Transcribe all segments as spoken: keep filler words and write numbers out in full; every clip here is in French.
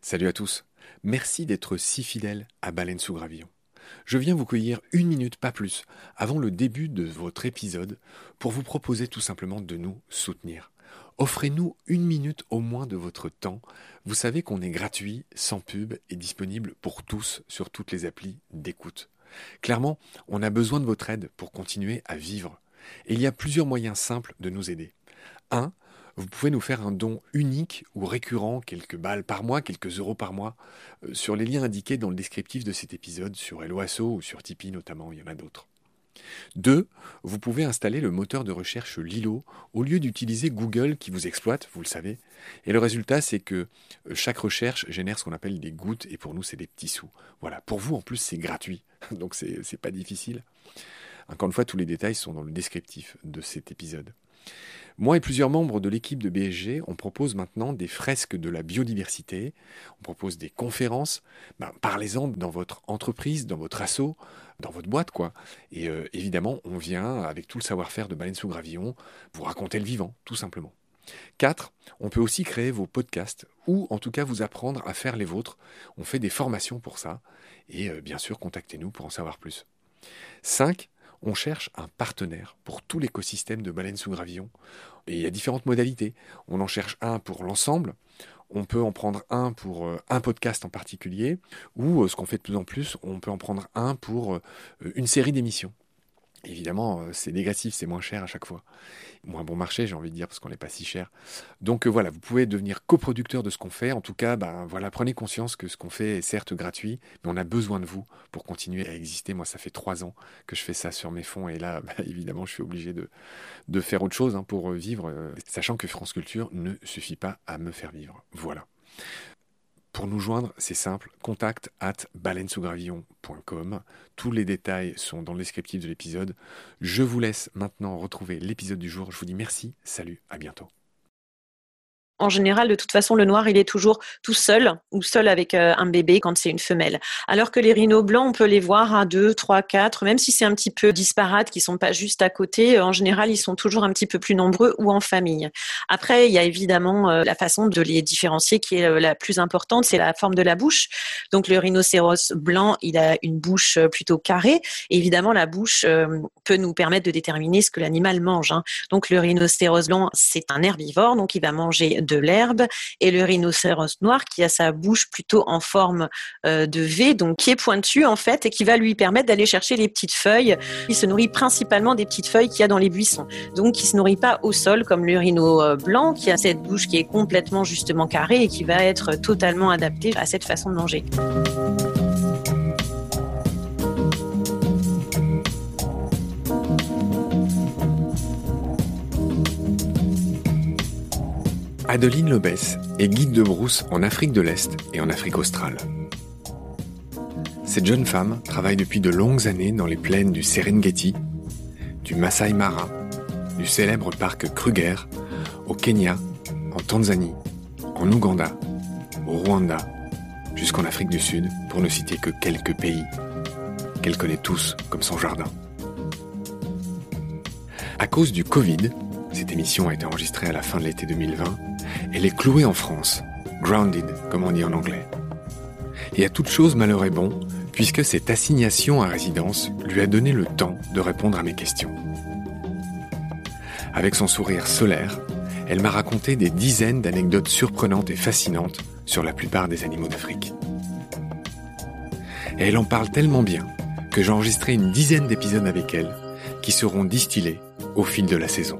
Salut à tous. Merci d'être si fidèles à Baleine sous Gravillon. Je viens vous cueillir une minute, pas plus, avant le début de votre épisode pour vous proposer tout simplement de nous soutenir. Offrez-nous une minute au moins de votre temps. Vous savez qu'on est gratuit, sans pub et disponible pour tous sur toutes les applis d'écoute. Clairement, on a besoin de votre aide pour continuer à vivre. Et il y a plusieurs moyens simples de nous aider. un. Vous pouvez nous faire un don unique ou récurrent, quelques balles par mois, quelques euros par mois, euh, sur les liens indiqués dans le descriptif de cet épisode, sur Helloasso ou sur Tipeee notamment, il y en a d'autres. deux. Vous pouvez installer le moteur de recherche Lilo au lieu d'utiliser Google qui vous exploite, vous le savez. Et le résultat, c'est que chaque recherche génère ce qu'on appelle des gouttes, et pour nous, c'est des petits sous. Voilà, pour vous, en plus, c'est gratuit, donc c'est, c'est pas difficile. Encore une fois, tous les détails sont dans le descriptif de cet épisode. Moi et plusieurs membres de l'équipe de B S G, on propose maintenant des fresques de la biodiversité, on propose des conférences, ben, parlez-en dans votre entreprise, dans votre asso, dans votre boîte, quoi. Et euh, évidemment, on vient, avec tout le savoir-faire de Baleine sous Gravillon, vous raconter le vivant, tout simplement. quatre. On peut aussi créer vos podcasts, ou en tout cas vous apprendre à faire les vôtres. On fait des formations pour ça, et euh, bien sûr, contactez-nous pour en savoir plus. cinq. On cherche un partenaire pour tout l'écosystème de Baleine sous Gravillon. Et il y a différentes modalités. On en cherche un pour l'ensemble. On peut en prendre un pour euh, un podcast en particulier. Ou, euh, ce qu'on fait de plus en plus, on peut en prendre un pour euh, une série d'émissions. Évidemment, euh, c'est négatif, c'est moins cher à chaque fois. Moins bon marché, j'ai envie de dire, parce qu'on n'est pas si cher. Donc euh, voilà, vous pouvez devenir coproducteur de ce qu'on fait. En tout cas, ben, voilà, prenez conscience que ce qu'on fait est certes gratuit, mais on a besoin de vous pour continuer à exister. Moi, ça fait trois ans que je fais ça sur mes fonds. Et là, ben, évidemment, je suis obligé de, de faire autre chose hein, pour vivre, euh, sachant que France Culture ne suffit pas à me faire vivre. Voilà. Pour nous joindre, c'est simple, contact at baleine sous gravillon point com. Tous les détails sont dans le descriptif de l'épisode. Je vous laisse maintenant retrouver l'épisode du jour. Je vous dis merci, salut, à bientôt. En général, de toute façon, le noir, il est toujours tout seul ou seul avec euh, un bébé quand c'est une femelle. Alors que les rhinos blancs, on peut les voir à deux, trois, quatre, même si c'est un petit peu disparate, qu'ils sont pas juste à côté. En général, ils sont toujours un petit peu plus nombreux ou en famille. Après, il y a évidemment euh, la façon de les différencier qui est euh, la plus importante, c'est la forme de la bouche. Donc, le rhinocéros blanc, il a une bouche euh, plutôt carrée. Et évidemment, la bouche euh, peut nous permettre de déterminer ce que l'animal mange. Hein. Donc, le rhinocéros blanc, c'est un herbivore, donc il va manger de l'herbe, et le rhinocéros noir qui a sa bouche plutôt en forme euh, de V, donc qui est pointue en fait et qui va lui permettre d'aller chercher les petites feuilles. Il se nourrit principalement des petites feuilles qu'il y a dans les buissons, donc il se nourrit pas au sol comme le rhino blanc qui a cette bouche qui est complètement justement carrée et qui va être totalement adaptée à cette façon de manger. Adeline Lobès est guide de brousse en Afrique de l'Est et en Afrique australe. Cette jeune femme travaille depuis de longues années dans les plaines du Serengeti, du Masai Mara, du célèbre parc Kruger, au Kenya, en Tanzanie, en Ouganda, au Rwanda, jusqu'en Afrique du Sud, pour ne citer que quelques pays qu'elle connaît tous comme son jardin. À cause du Covid, cette émission a été enregistrée à la fin de l'été deux mille vingt, elle est clouée en France, grounded, comme on dit en anglais. Et à toute chose malheur est bon, puisque cette assignation à résidence lui a donné le temps de répondre à mes questions. Avec son sourire solaire, elle m'a raconté des dizaines d'anecdotes surprenantes et fascinantes sur la plupart des animaux d'Afrique. Et elle en parle tellement bien que j'ai enregistré une dizaine d'épisodes avec elle qui seront distillés au fil de la saison.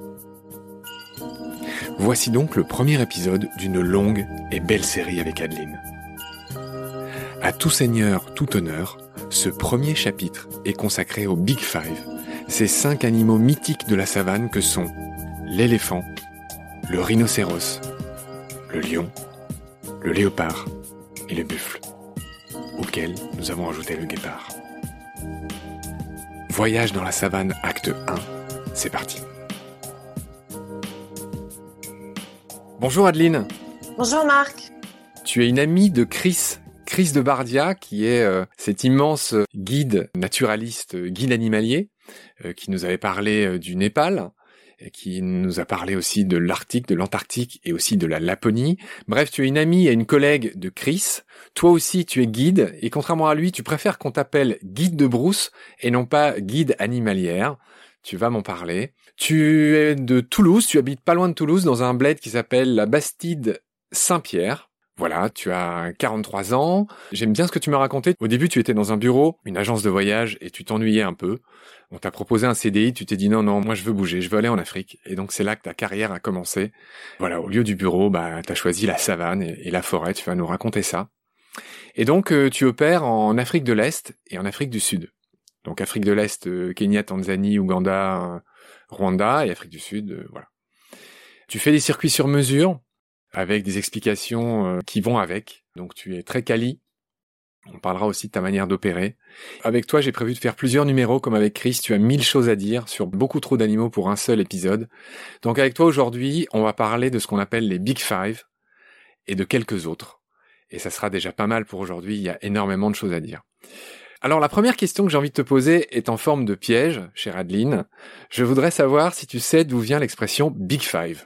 Voici donc le premier épisode d'une longue et belle série avec Adeline. À tout seigneur, tout honneur, ce premier chapitre est consacré au Big Five, ces cinq animaux mythiques de la savane que sont l'éléphant, le rhinocéros, le lion, le léopard et le buffle, auquel nous avons ajouté le guépard. Voyage dans la savane, acte un, c'est parti. Bonjour Adeline. Bonjour Marc. Tu es une amie de Chris, Chris de Bardia, qui est euh, cet immense guide naturaliste, guide animalier, euh, qui nous avait parlé euh, du Népal. et qui nous a parlé aussi de l'Arctique, de l'Antarctique et aussi de la Laponie. Bref, tu es une amie et une collègue de Chris. Toi aussi, tu es guide et contrairement à lui, tu préfères qu'on t'appelle guide de brousse et non pas guide animalière. Tu vas m'en parler. Tu es de Toulouse, tu habites pas loin de Toulouse dans un bled qui s'appelle la Bastide Saint-Pierre. Voilà, tu as quarante-trois ans. J'aime bien ce que tu m'as raconté. Au début, tu étais dans un bureau, une agence de voyage, et tu t'ennuyais un peu. On t'a proposé un C D I, tu t'es dit non, non, moi je veux bouger, je veux aller en Afrique. Et donc c'est là que ta carrière a commencé. Voilà, au lieu du bureau, bah t'as choisi la savane et, et la forêt. Tu vas nous raconter ça. Et donc euh, tu opères en Afrique de l'Est et en Afrique du Sud. Donc Afrique de l'Est, euh, Kenya, Tanzanie, Ouganda, euh, Rwanda, et Afrique du Sud, euh, voilà. Tu fais des circuits sur mesure, avec des explications euh, qui vont avec. Donc tu es très quali. On parlera aussi de ta manière d'opérer. Avec toi, j'ai prévu de faire plusieurs numéros, comme avec Chris. Tu as mille choses à dire sur beaucoup trop d'animaux pour un seul épisode. Donc avec toi aujourd'hui, on va parler de ce qu'on appelle les Big Five et de quelques autres. Et ça sera déjà pas mal pour aujourd'hui. Il y a énormément de choses à dire. Alors la première question que j'ai envie de te poser est en forme de piège, chère Adeline. Je voudrais savoir si tu sais d'où vient l'expression Big Five.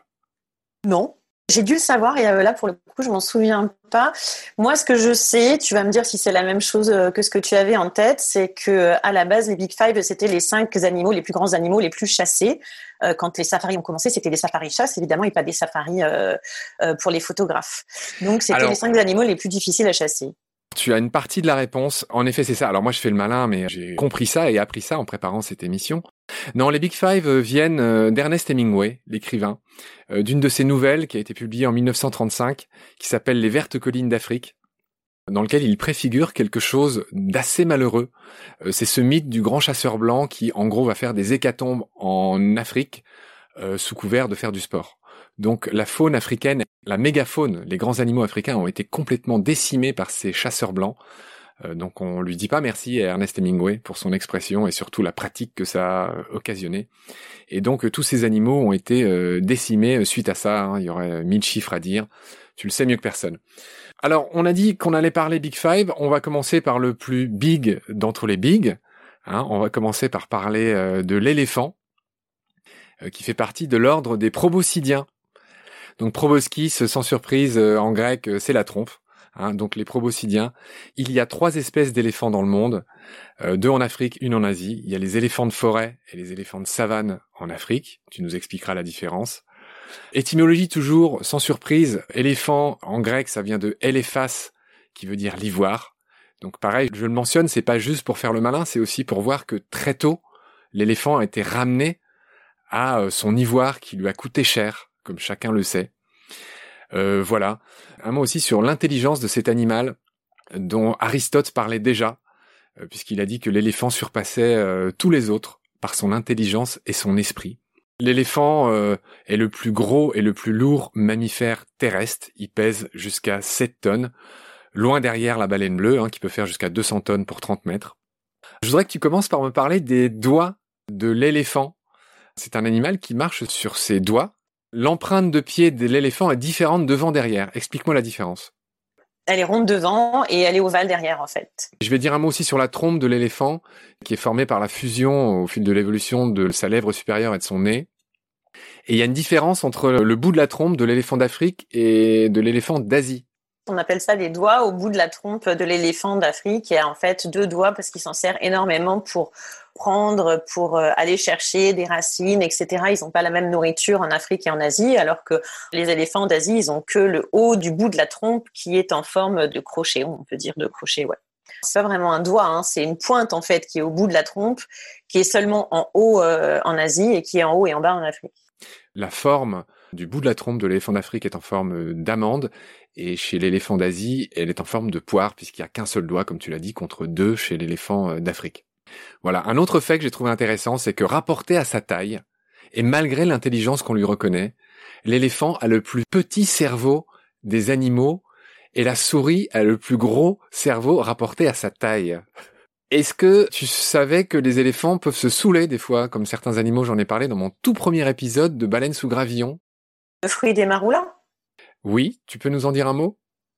Non. J'ai dû le savoir et là, pour le coup, je m'en souviens pas. Moi, ce que je sais, tu vas me dire si c'est la même chose que ce que tu avais en tête, c'est que à la base, les Big Five, c'était les cinq animaux, les plus grands animaux, les plus chassés. Quand les safaris ont commencé, c'était des safaris chasse, évidemment, et pas des safaris euh, pour les photographes. Donc, c'était Alors... les cinq animaux les plus difficiles à chasser. Tu as une partie de la réponse. En effet, c'est ça. Alors moi, je fais le malin, mais j'ai compris ça et appris ça en préparant cette émission. Non, les Big Five viennent d'Ernest Hemingway, l'écrivain, d'une de ses nouvelles qui a été publiée en dix-neuf cent trente-cinq, qui s'appelle Les Vertes Collines d'Afrique, dans lequel il préfigure quelque chose d'assez malheureux. C'est ce mythe du grand chasseur blanc qui, en gros, va faire des hécatombes en Afrique euh, sous couvert de faire du sport. Donc la faune africaine, la mégafaune, les grands animaux africains ont été complètement décimés par ces chasseurs blancs. Euh, donc on lui dit pas merci à Ernest Hemingway pour son expression et surtout la pratique que ça a occasionné. Et donc euh, tous ces animaux ont été euh, décimés suite à ça. Hein. Il y aurait mille chiffres à dire. Tu le sais mieux que personne. Alors on a dit qu'on allait parler Big Five. On va commencer par le plus big d'entre les big. Hein. On va commencer par parler euh, de l'éléphant, euh, qui fait partie de l'ordre des proboscidiens. Donc proboscis, sans surprise, euh, en grec, euh, c'est la trompe. Hein, donc les proboscidiens. Il y a trois espèces d'éléphants dans le monde, euh, deux en Afrique, une en Asie. Il y a les éléphants de forêt et les éléphants de savane en Afrique. Tu nous expliqueras la différence. Étymologie toujours, sans surprise, éléphant en grec, ça vient de éléphas, qui veut dire l'ivoire. Donc pareil, je le mentionne, c'est pas juste pour faire le malin, c'est aussi pour voir que très tôt, l'éléphant a été ramené à son ivoire qui lui a coûté cher, comme chacun le sait. Euh, voilà. Un mot aussi sur l'intelligence de cet animal dont Aristote parlait déjà, euh, puisqu'il a dit que l'éléphant surpassait euh, tous les autres par son intelligence et son esprit. L'éléphant euh, est le plus gros et le plus lourd mammifère terrestre. Il pèse jusqu'à sept tonnes, loin derrière la baleine bleue, hein, qui peut faire jusqu'à deux cents tonnes pour trente mètres. Je voudrais que tu commences par me parler des doigts de l'éléphant. C'est un animal qui marche sur ses doigts. L'empreinte de pied de l'éléphant est différente devant-derrière. Explique-moi la différence. Elle est ronde devant et elle est ovale derrière, en fait. Je vais dire un mot aussi sur la trompe de l'éléphant, qui est formée par la fusion au fil de l'évolution de sa lèvre supérieure et de son nez. Et il y a une différence entre le bout de la trompe de l'éléphant d'Afrique et de l'éléphant d'Asie. On appelle ça les doigts au bout de la trompe de l'éléphant d'Afrique. Il y a en fait deux doigts parce qu'il s'en sert énormément pour prendre, pour aller chercher des racines, et cetera. Ils n'ont pas la même nourriture en Afrique et en Asie, alors que les éléphants d'Asie, ils ont que le haut du bout de la trompe qui est en forme de crochet. On peut dire de crochet, ouais. C'est pas vraiment un doigt, hein. C'est une pointe en fait qui est au bout de la trompe, qui est seulement en haut euh, en Asie et qui est en haut et en bas en Afrique. La forme du bout de la trompe de l'éléphant d'Afrique est en forme d'amande, et chez l'éléphant d'Asie, elle est en forme de poire, puisqu'il n'y a qu'un seul doigt, comme tu l'as dit, contre deux chez l'éléphant d'Afrique. Voilà, un autre fait que j'ai trouvé intéressant, c'est que rapporté à sa taille, et malgré l'intelligence qu'on lui reconnaît, l'éléphant a le plus petit cerveau des animaux, et la souris a le plus gros cerveau rapporté à sa taille. Est-ce que tu savais que les éléphants peuvent se saouler des fois, comme certains animaux, j'en ai parlé dans mon tout premier épisode de Baleine sous gravillon? Le fruit des marous là ? Oui, tu peux nous en dire un mot ?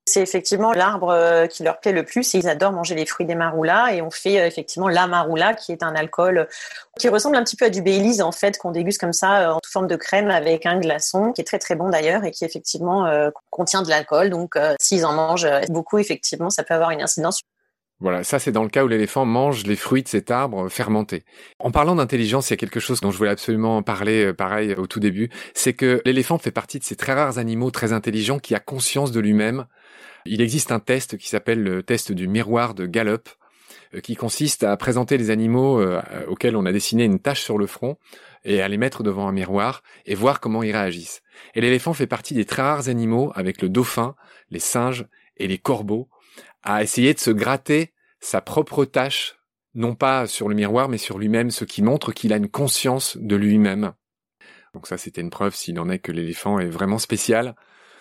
C'est effectivement l'arbre qui leur plaît le plus et ils adorent manger les fruits des maroulas et on fait effectivement la maroula qui est un alcool qui ressemble un petit peu à du Baileys en fait qu'on déguste comme ça en forme de crème avec un glaçon qui est très très bon d'ailleurs et qui effectivement euh, contient de l'alcool donc euh, s'ils en mangent beaucoup effectivement ça peut avoir une incidence. Voilà, ça c'est dans le cas où l'éléphant mange les fruits de cet arbre fermenté. En parlant d'intelligence, il y a quelque chose dont je voulais absolument parler, euh, pareil, au tout début, c'est que l'éléphant fait partie de ces très rares animaux très intelligents qui a conscience de lui-même. Il existe un test qui s'appelle le test du miroir de Gallup, euh, qui consiste à présenter les animaux euh, auxquels on a dessiné une tache sur le front et à les mettre devant un miroir et voir comment ils réagissent. Et l'éléphant fait partie des très rares animaux, avec le dauphin, les singes et les corbeaux, à essayer de se gratter sa propre tâche, non pas sur le miroir, mais sur lui-même, ce qui montre qu'il a une conscience de lui-même. Donc ça, c'était une preuve, s'il en est, que l'éléphant est vraiment spécial.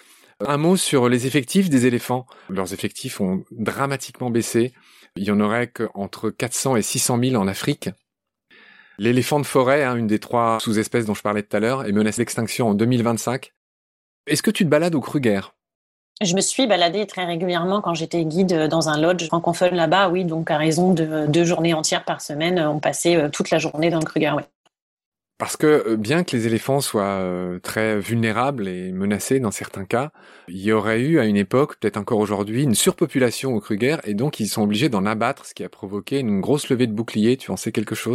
Un mot sur les effectifs des éléphants. Leurs effectifs ont dramatiquement baissé. Il y en aurait qu'entre quatre cents et six cent mille en Afrique. L'éléphant de forêt, hein, une des trois sous-espèces dont je parlais tout à l'heure, est menacé d'extinction en deux mille vingt-cinq. Est-ce que tu te balades au Kruger ? Je me suis baladée très régulièrement quand j'étais guide dans un lodge francophone là-bas, oui, donc à raison de deux journées entières par semaine, on passait toute la journée dans le Kruger, oui. Parce que bien que les éléphants soient très vulnérables et menacés dans certains cas, il y aurait eu à une époque, peut-être encore aujourd'hui, une surpopulation au Kruger et donc ils sont obligés d'en abattre, ce qui a provoqué une grosse levée de boucliers. Tu en sais quelque chose ?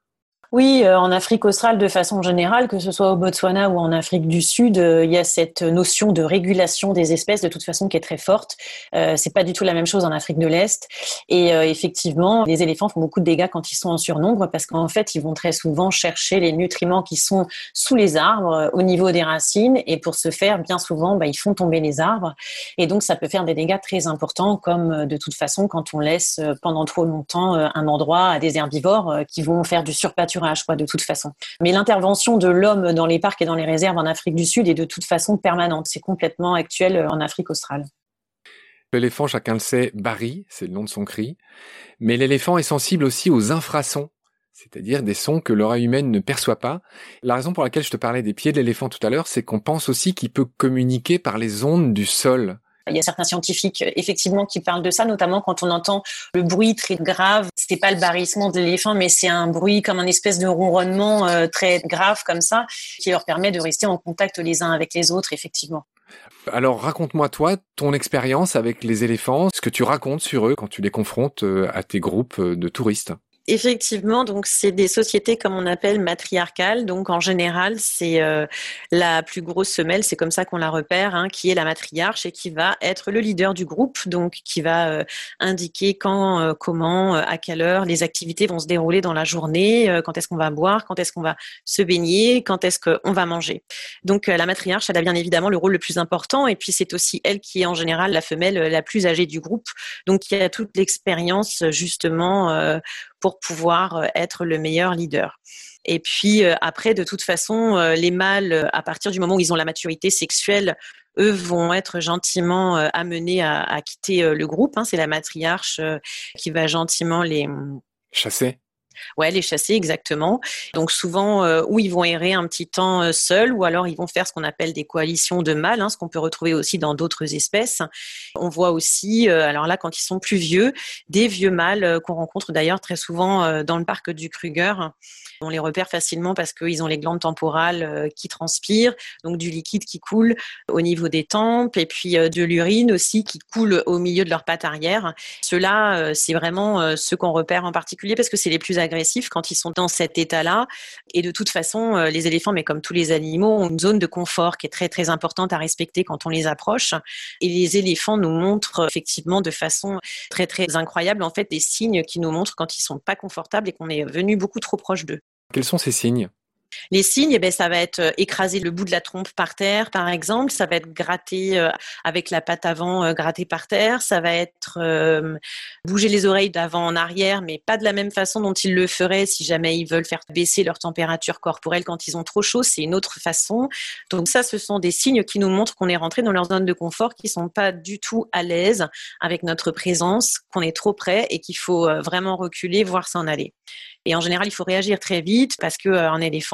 Oui, euh, en Afrique australe, de façon générale, que ce soit au Botswana ou en Afrique du Sud, euh, il y a cette notion de régulation des espèces de toute façon qui est très forte. Euh, c'est pas du tout la même chose en Afrique de l'Est. Et euh, effectivement, les éléphants font beaucoup de dégâts quand ils sont en surnombre parce qu'en fait, ils vont très souvent chercher les nutriments qui sont sous les arbres, euh, au niveau des racines. Et pour ce faire, bien souvent, bah, ils font tomber les arbres. Et donc, ça peut faire des dégâts très importants, comme euh, de toute façon, quand on laisse euh, pendant trop longtemps euh, un endroit à des herbivores euh, qui vont faire du surpâturage. Quoi, de toute façon. Mais l'intervention de l'homme dans les parcs et dans les réserves en Afrique du Sud est de toute façon permanente. C'est complètement actuel en Afrique australe. L'éléphant, chacun le sait, barille, c'est le nom de son cri. Mais l'éléphant est sensible aussi aux infrasons, c'est-à-dire des sons que l'oreille humaine ne perçoit pas. La raison pour laquelle je te parlais des pieds de l'éléphant tout à l'heure, c'est qu'on pense aussi qu'il peut communiquer par les ondes du sol. Il y a certains scientifiques, effectivement, qui parlent de ça, notamment quand on entend le bruit très grave. C'est pas le barrissement de l'éléphant, mais c'est un bruit comme un espèce de ronronnement euh, très grave comme ça, qui leur permet de rester en contact les uns avec les autres, effectivement. Alors, raconte-moi, toi, ton expérience avec les éléphants, ce que tu racontes sur eux quand tu les confrontes à tes groupes de touristes. Effectivement, donc c'est des sociétés comme on appelle matriarcales. Donc en général, c'est euh, la plus grosse femelle, c'est comme ça qu'on la repère, hein, qui est la matriarche et qui va être le leader du groupe, donc qui va euh, indiquer quand, euh, comment, euh, à quelle heure les activités vont se dérouler dans la journée, euh, quand est-ce qu'on va boire, quand est-ce qu'on va se baigner, quand est-ce qu'on va manger. Donc euh, la matriarche, elle a bien évidemment le rôle le plus important et puis c'est aussi elle qui est en général la femelle la plus âgée du groupe, donc qui a toute l'expérience justement euh, pour pouvoir être le meilleur leader. Et puis euh, après, de toute façon, euh, les mâles, à partir du moment où ils ont la maturité sexuelle, eux vont être gentiment euh, amenés à, à quitter euh, le groupe. Hein. C'est la matriarche euh, qui va gentiment les chasser. Ouais, les chasser, exactement. Donc souvent, euh, ou ils vont errer un petit temps euh, seuls, ou alors ils vont faire ce qu'on appelle des coalitions de mâles, hein, ce qu'on peut retrouver aussi dans d'autres espèces. On voit aussi, euh, alors là, quand ils sont plus vieux, des vieux mâles euh, qu'on rencontre d'ailleurs très souvent euh, dans le parc du Kruger. On les repère facilement parce qu'ils ont les glandes temporales euh, qui transpirent, donc du liquide qui coule au niveau des tempes, et puis euh, de l'urine aussi qui coule au milieu de leurs pattes arrière. Ceux-là, euh, c'est vraiment euh, ceux qu'on repère en particulier parce que c'est les plus agressifs quand ils sont dans cet état-là. Et de toute façon, euh, les éléphants, mais comme tous les animaux, ont une zone de confort qui est très très importante à respecter quand on les approche. Et les éléphants nous montrent effectivement de façon très très incroyable en fait des signes qui nous montrent quand ils sont pas confortables et qu'on est venu beaucoup trop proche d'eux. Quels sont ces signes ? Les signes, eh ben, ça va être écraser le bout de la trompe par terre, par exemple. Ça va être gratter euh, avec la patte avant, euh, gratter par terre. Ça va être euh, bouger les oreilles d'avant en arrière, mais pas de la même façon dont ils le feraient si jamais ils veulent faire baisser leur température corporelle quand ils ont trop chaud. C'est une autre façon. Donc ça, ce sont des signes qui nous montrent qu'on est rentré dans leur zone de confort, qu'ils sont pas du tout à l'aise avec notre présence, qu'on est trop près et qu'il faut vraiment reculer, voire s'en aller. Et en général, il faut réagir très vite parce qu'un éléphant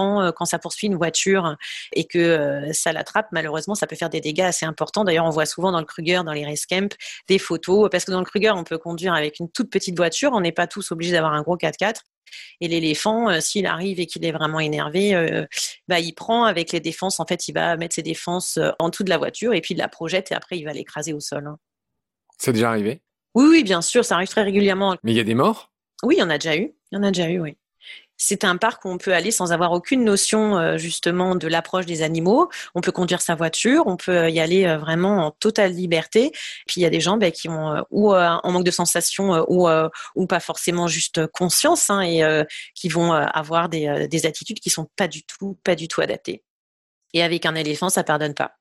éléphant, quand ça poursuit une voiture et que euh, ça l'attrape, malheureusement, ça peut faire des dégâts assez importants. D'ailleurs, on voit souvent dans le Kruger, dans les race camps, des photos, parce que dans le Kruger, on peut conduire avec une toute petite voiture. On n'est pas tous obligés d'avoir un gros quatre-quatre. Et l'éléphant, euh, s'il arrive et qu'il est vraiment énervé, euh, bah, il prend avec les défenses. En fait, il va mettre ses défenses euh, en dessous de la voiture et puis il la projette et après, il va l'écraser au sol. Hein. C'est déjà arrivé? Oui, oui, bien sûr, ça arrive très régulièrement. Mais il y a des morts? Oui, il y en a déjà eu. Il y en a déjà eu, oui. C'est un parc où on peut aller sans avoir aucune notion euh, justement de l'approche des animaux. On peut conduire sa voiture, on peut y aller euh, vraiment en totale liberté. Puis il y a des gens bah, qui ont euh, ou euh, en manque de sensation euh, ou euh, ou pas forcément juste conscience hein, et euh, qui vont euh, avoir des, euh, des attitudes qui sont pas du tout pas du tout adaptées. Et avec un éléphant, ça pardonne pas.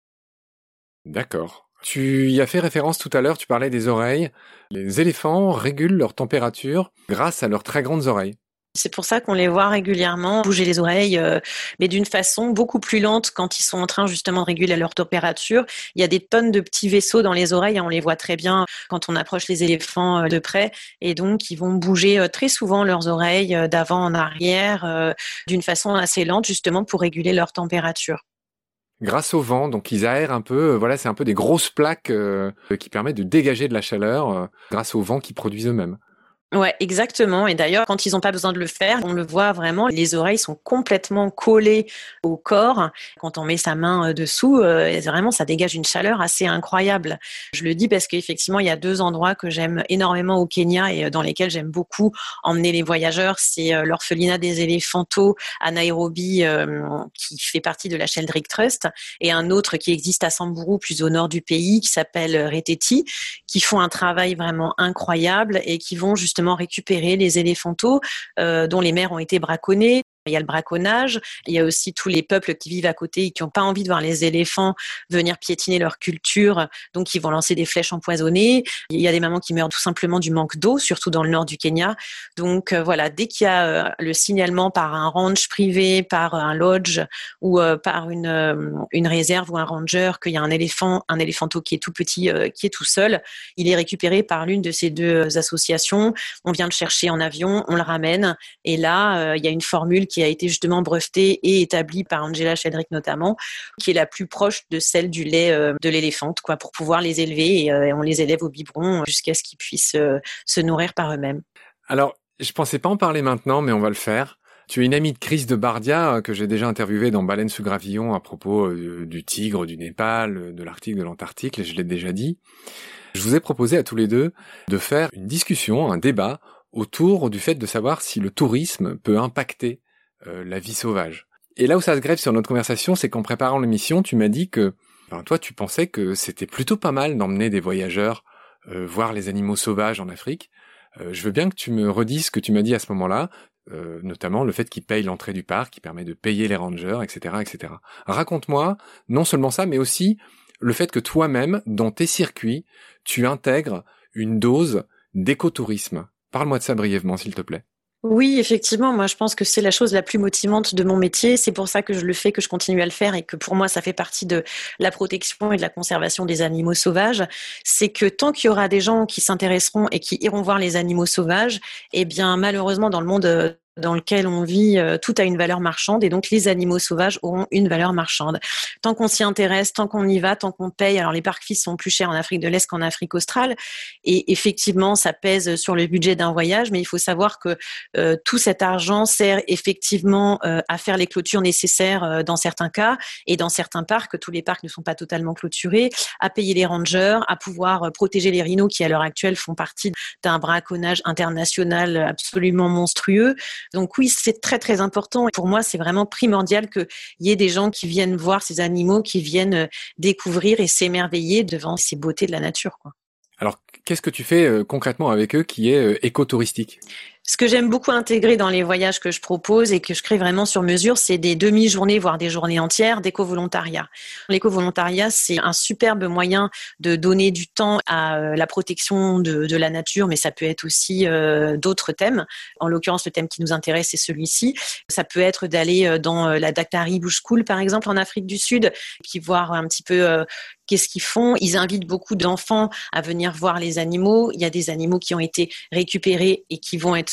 D'accord. Tu y as fait référence tout à l'heure, tu parlais des oreilles. Les éléphants régulent leur température grâce à leurs très grandes oreilles. C'est pour ça qu'on les voit régulièrement bouger les oreilles, euh, mais d'une façon beaucoup plus lente quand ils sont en train justement de réguler leur température. Il y a des tonnes de petits vaisseaux dans les oreilles, hein, on les voit très bien quand on approche les éléphants euh, de près, et donc ils vont bouger euh, très souvent leurs oreilles euh, d'avant en arrière euh, d'une façon assez lente justement pour réguler leur température. Grâce au vent, donc ils aèrent un peu, euh, voilà, c'est un peu des grosses plaques euh, qui permettent de dégager de la chaleur euh, grâce au vent qu'ils produisent eux-mêmes. Ouais, exactement. Et d'ailleurs, quand ils n'ont pas besoin de le faire, on le voit vraiment, les oreilles sont complètement collées au corps. Quand on met sa main dessous, euh, vraiment, ça dégage une chaleur assez incroyable. Je le dis parce qu'effectivement, il y a deux endroits que j'aime énormément au Kenya et dans lesquels j'aime beaucoup emmener les voyageurs. C'est l'orphelinat des éléphantos à Nairobi, euh, qui fait partie de la Sheldrick Trust, et un autre qui existe à Samburu, plus au nord du pays, qui s'appelle Reteti, qui font un travail vraiment incroyable et qui vont justement récupérer les éléphantos euh, dont les mères ont été braconnées. Il y a le braconnage, il y a aussi tous les peuples qui vivent à côté et qui n'ont pas envie de voir les éléphants venir piétiner leur culture, donc ils vont lancer des flèches empoisonnées. Il y a des mamans qui meurent tout simplement du manque d'eau, surtout dans le nord du Kenya. Donc euh, voilà, dès qu'il y a euh, le signalement par un ranch privé, par un lodge ou euh, par une, euh, une réserve ou un ranger qu'il y a un éléphant, un éléphanto qui est tout petit, euh, qui est tout seul, il est récupéré par l'une de ces deux associations. On vient le chercher en avion, on le ramène et là, euh, il y a une formule qui a été justement brevetée et établie par Angela Sheldrick notamment, qui est la plus proche de celle du lait euh, de l'éléphante, quoi, pour pouvoir les élever et euh, on les élève au biberon jusqu'à ce qu'ils puissent euh, se nourrir par eux-mêmes. Alors, je pensais pas en parler maintenant, mais on va le faire. Tu es une amie de Chris de Bardia, que j'ai déjà interviewé dans Baleine sous gravillon à propos euh, du tigre, du Népal, de l'Arctique, de l'Antarctique, je l'ai déjà dit. Je vous ai proposé à tous les deux de faire une discussion, un débat autour du fait de savoir si le tourisme peut impacter euh, la vie sauvage. Et là où ça se greffe sur notre conversation, c'est qu'en préparant l'émission, tu m'as dit que, enfin, toi, tu pensais que c'était plutôt pas mal d'emmener des voyageurs euh, voir les animaux sauvages en Afrique. Euh, je veux bien que tu me redises ce que tu m'as dit à ce moment-là, euh, notamment le fait qu'ils payent l'entrée du parc, qui permet de payer les rangers, et cetera, et cetera. Raconte-moi non seulement ça, mais aussi le fait que toi-même, dans tes circuits, tu intègres une dose d'écotourisme. Parle-moi de ça brièvement, s'il te plaît. Oui, effectivement, moi je pense que c'est la chose la plus motivante de mon métier. C'est pour ça que je le fais, que je continue à le faire et que pour moi ça fait partie de la protection et de la conservation des animaux sauvages. C'est que tant qu'il y aura des gens qui s'intéresseront et qui iront voir les animaux sauvages, eh bien malheureusement dans le monde dans lequel on vit, euh, tout a une valeur marchande et donc les animaux sauvages auront une valeur marchande. Tant qu'on s'y intéresse, tant qu'on y va, tant qu'on paye, alors les parcs fils sont plus chers en Afrique de l'Est qu'en Afrique australe et effectivement ça pèse sur le budget d'un voyage, mais il faut savoir que euh, tout cet argent sert effectivement euh, à faire les clôtures nécessaires euh, dans certains cas et dans certains parcs, tous les parcs ne sont pas totalement clôturés, à payer les rangers, à pouvoir euh, protéger les rhinos qui à l'heure actuelle font partie d'un braconnage international absolument monstrueux. Donc oui, c'est très très important. Pour moi, c'est vraiment primordial qu'il y ait des gens qui viennent voir ces animaux, qui viennent découvrir et s'émerveiller devant ces beautés de la nature, quoi. Alors, qu'est-ce que tu fais euh, concrètement avec eux qui est euh, écotouristique ? Ce que j'aime beaucoup intégrer dans les voyages que je propose et que je crée vraiment sur mesure, c'est des demi-journées, voire des journées entières d'éco-volontariat. L'éco-volontariat, c'est un superbe moyen de donner du temps à la protection de, de la nature, mais ça peut être aussi euh, d'autres thèmes. En l'occurrence, le thème qui nous intéresse, c'est celui-ci. Ça peut être d'aller dans la Daktari Bush School, par exemple, en Afrique du Sud, puis voir un petit peu euh, qu'est-ce qu'ils font. Ils invitent beaucoup d'enfants à venir voir les animaux. Il y a des animaux qui ont été récupérés et qui vont être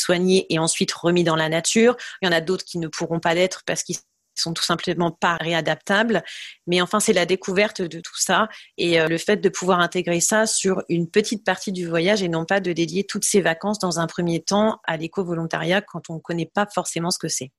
soignés et ensuite remis dans la nature. Il y en a d'autres qui ne pourront pas l'être parce qu'ils sont tout simplement pas réadaptables. Mais enfin, c'est la découverte de tout ça et euh, le fait de pouvoir intégrer ça sur une petite partie du voyage et non pas de dédier toutes ces vacances dans un premier temps à l'éco-volontariat quand on ne connaît pas forcément ce que c'est.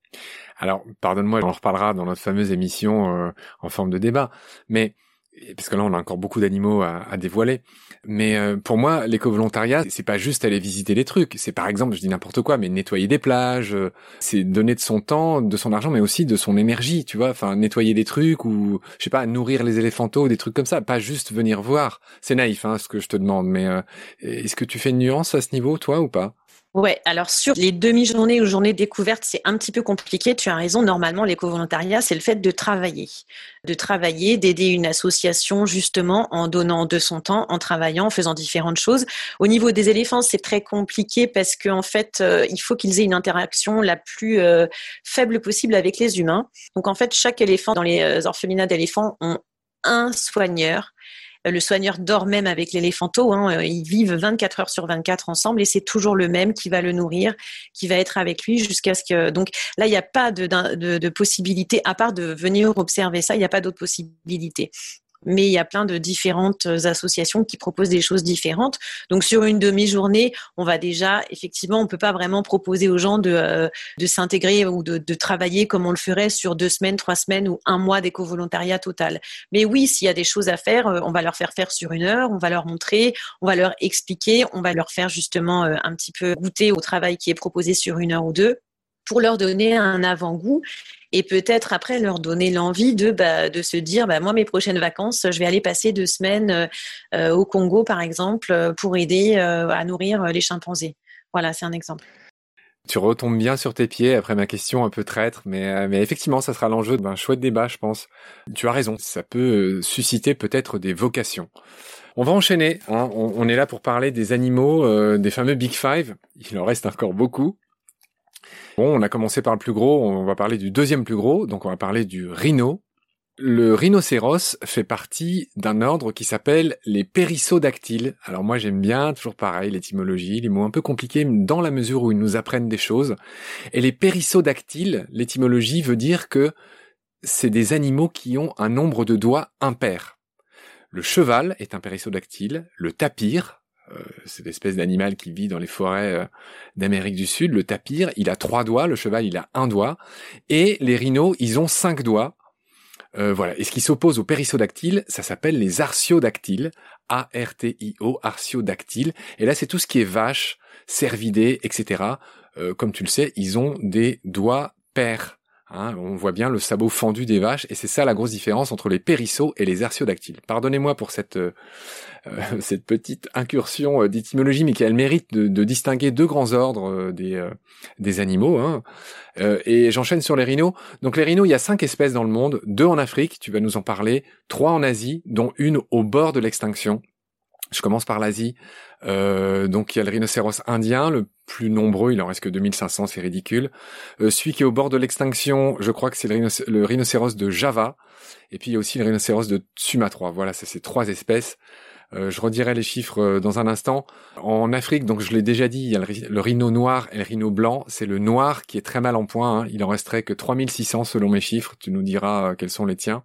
Alors, pardonne-moi, on en reparlera dans notre fameuse émission euh, en forme de débat, mais parce que là, on a encore beaucoup d'animaux à, à dévoiler. Mais euh, pour moi, l'éco-volontariat, c'est pas juste aller visiter les trucs. C'est par exemple, je dis n'importe quoi, mais nettoyer des plages. Euh, c'est donner de son temps, de son argent, mais aussi de son énergie, tu vois. Enfin, nettoyer des trucs ou, je sais pas, nourrir les éléphantos, des trucs comme ça. Pas juste venir voir. C'est naïf, hein, ce que je te demande. Mais euh, est-ce que tu fais une nuance à ce niveau, toi, ou pas? Ouais, alors sur les demi-journées ou journées découvertes, c'est un petit peu compliqué. Tu as raison. Normalement, l'éco-volontariat, c'est le fait de travailler, de travailler, d'aider une association justement en donnant de son temps, en travaillant, en faisant différentes choses. Au niveau des éléphants, c'est très compliqué parce qu'en fait, euh, il faut qu'ils aient une interaction la plus euh, faible possible avec les humains. Donc en fait, chaque éléphant dans les euh, orphelinats d'éléphants ont un soigneur. Le soigneur dort même avec l'éléphanto, hein. Ils vivent vingt-quatre heures sur vingt-quatre ensemble et c'est toujours le même qui va le nourrir, qui va être avec lui jusqu'à ce que... Donc là, il n'y a pas de, de, de possibilité, à part de venir observer ça, il n'y a pas d'autre possibilité. Mais il y a plein de différentes associations qui proposent des choses différentes. Donc sur une demi-journée, on va déjà, effectivement, on peut pas vraiment proposer aux gens de, euh, de s'intégrer ou de, de travailler comme on le ferait sur deux semaines, trois semaines ou un mois d'éco-volontariat total. Mais oui, s'il y a des choses à faire, on va leur faire faire sur une heure, on va leur montrer, on va leur expliquer, on va leur faire justement un petit peu goûter au travail qui est proposé sur une heure ou deux pour leur donner un avant-goût et peut-être après leur donner l'envie de, bah, de se dire bah, moi, mes prochaines vacances, je vais aller passer deux semaines euh, au Congo, par exemple, pour aider euh, à nourrir les chimpanzés. Voilà, c'est un exemple. Tu retombes bien sur tes pieds après ma question un peu traître, mais, mais effectivement, ça sera l'enjeu d'un chouette débat, je pense. Tu as raison, ça peut susciter peut-être des vocations. On va enchaîner, hein. on, on est là pour parler des animaux, euh, des fameux Big Five. Il en reste encore beaucoup. Bon, on a commencé par le plus gros, on va parler du deuxième plus gros, donc on va parler du rhino. Le rhinocéros fait partie d'un ordre qui s'appelle les périssodactyles. Alors moi j'aime bien, toujours pareil, l'étymologie, les mots un peu compliqués dans la mesure où ils nous apprennent des choses. Et les périssodactyles, l'étymologie veut dire que c'est des animaux qui ont un nombre de doigts impair. Le cheval est un périssodactyle, le tapir, Euh, c'est l'espèce d'animal qui vit dans les forêts euh, d'Amérique du Sud. Le tapir, il a trois doigts, le cheval, il a un doigt, et les rhinos, ils ont cinq doigts. Euh, voilà. Et ce qui s'oppose aux périssodactyles, ça s'appelle les artiodactyles, A R T I O, artiodactyles. Et là, c'est tout ce qui est vache, cervidés, et cetera. Euh, comme tu le sais, ils ont des doigts pairs. Hein, on voit bien le sabot fendu des vaches, et c'est ça la grosse différence entre les périssos et les artiodactyles. Pardonnez-moi pour cette euh, euh, cette petite incursion euh, d'étymologie, mais qui a le mérite de, de distinguer deux grands ordres euh, des euh, des animaux. Hein. Euh, et j'enchaîne sur les rhinos. Donc les rhinos, il y a cinq espèces dans le monde, deux en Afrique, tu vas nous en parler, trois en Asie, dont une au bord de l'extinction. Je commence par l'Asie. Euh, donc il y a le rhinocéros indien, le plus nombreux, il en reste que deux mille cinq cents, c'est ridicule. Euh, celui qui est au bord de l'extinction, je crois que c'est le, rhinocé- le rhinocéros de Java. Et puis il y a aussi le rhinocéros de Sumatra. Voilà, ça c'est trois espèces. Euh, je redirai les chiffres euh, dans un instant. En Afrique, donc je l'ai déjà dit, il y a le, ri- le rhino noir et le rhino blanc. C'est le noir qui est très mal en point. Hein. Il en resterait que trois mille six cents selon mes chiffres. Tu nous diras euh, quels sont les tiens.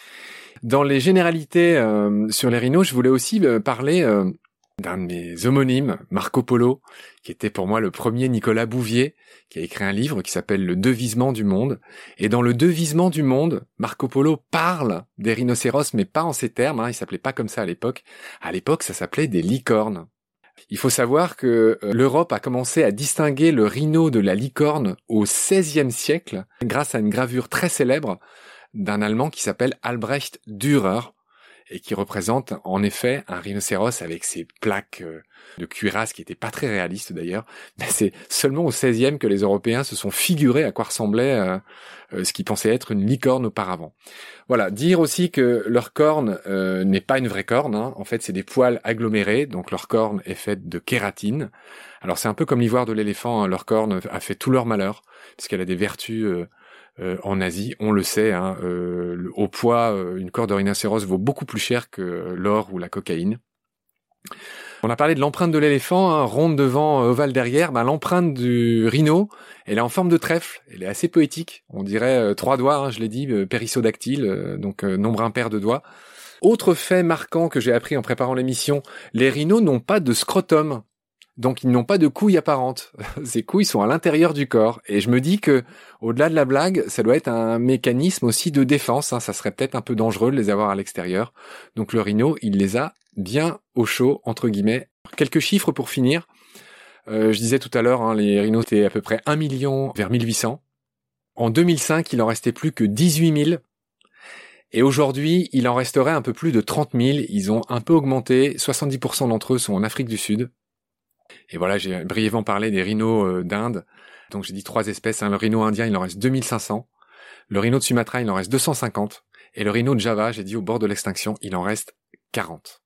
Dans les généralités euh, sur les rhinos, je voulais aussi euh, parler euh, d'un de mes homonymes, Marco Polo, qui était pour moi le premier Nicolas Bouvier, qui a écrit un livre qui s'appelle Le Devisement du monde. Et dans Le Devisement du monde, Marco Polo parle des rhinocéros, mais pas en ces termes, hein, il s'appelait pas comme ça à l'époque. À l'époque, ça s'appelait des licornes. Il faut savoir que euh, l'Europe a commencé à distinguer le rhino de la licorne au seizième siècle, grâce à une gravure très célèbre d'un Allemand qui s'appelle Albrecht Dürer, et qui représente en effet un rhinocéros avec ses plaques de cuirasse qui étaient pas très réalistes d'ailleurs. Mais c'est seulement au seizième que les Européens se sont figurés à quoi ressemblait euh, euh, ce qui pensait être une licorne auparavant. Voilà, dire aussi que leur corne euh, n'est pas une vraie corne, hein. En fait c'est des poils agglomérés, donc leur corne est faite de kératine. Alors c'est un peu comme l'ivoire de l'éléphant, hein. Leur corne a fait tout leur malheur, puisqu'elle a des vertus... Euh, Euh, en Asie, on le sait, hein, euh, au poids, euh, une corde de rhinocéros vaut beaucoup plus cher que l'or ou la cocaïne. On a parlé de l'empreinte de l'éléphant, hein, ronde devant, ovale derrière. Ben, l'empreinte du rhino, elle est en forme de trèfle. Elle est assez poétique. On dirait euh, trois doigts, hein, je l'ai dit, euh, périssodactyle, euh, donc euh, nombre impair de doigts. Autre fait marquant que j'ai appris en préparant l'émission, les rhinos n'ont pas de scrotum. Donc ils n'ont pas de couilles apparentes. Ces couilles sont à l'intérieur du corps. Et je me dis que, au-delà de la blague, ça doit être un mécanisme aussi de défense, hein. Ça serait peut-être un peu dangereux de les avoir à l'extérieur. Donc le rhino, il les a bien au chaud, entre guillemets. Quelques chiffres pour finir. Euh, je disais tout à l'heure, hein, les rhinos étaient à peu près un million vers mille huit cents. En deux mille cinq, il en restait plus que dix-huit mille. Et aujourd'hui, il en resterait un peu plus de trente mille. Ils ont un peu augmenté. soixante-dix pour cent d'entre eux sont en Afrique du Sud. Et voilà, j'ai brièvement parlé des rhinos euh, d'Inde. Donc j'ai dit trois espèces. Hein. Le rhino indien, il en reste deux mille cinq cents. Le rhino de Sumatra, il en reste deux cent cinquante. Et le rhino de Java, j'ai dit au bord de l'extinction, il en reste quarante.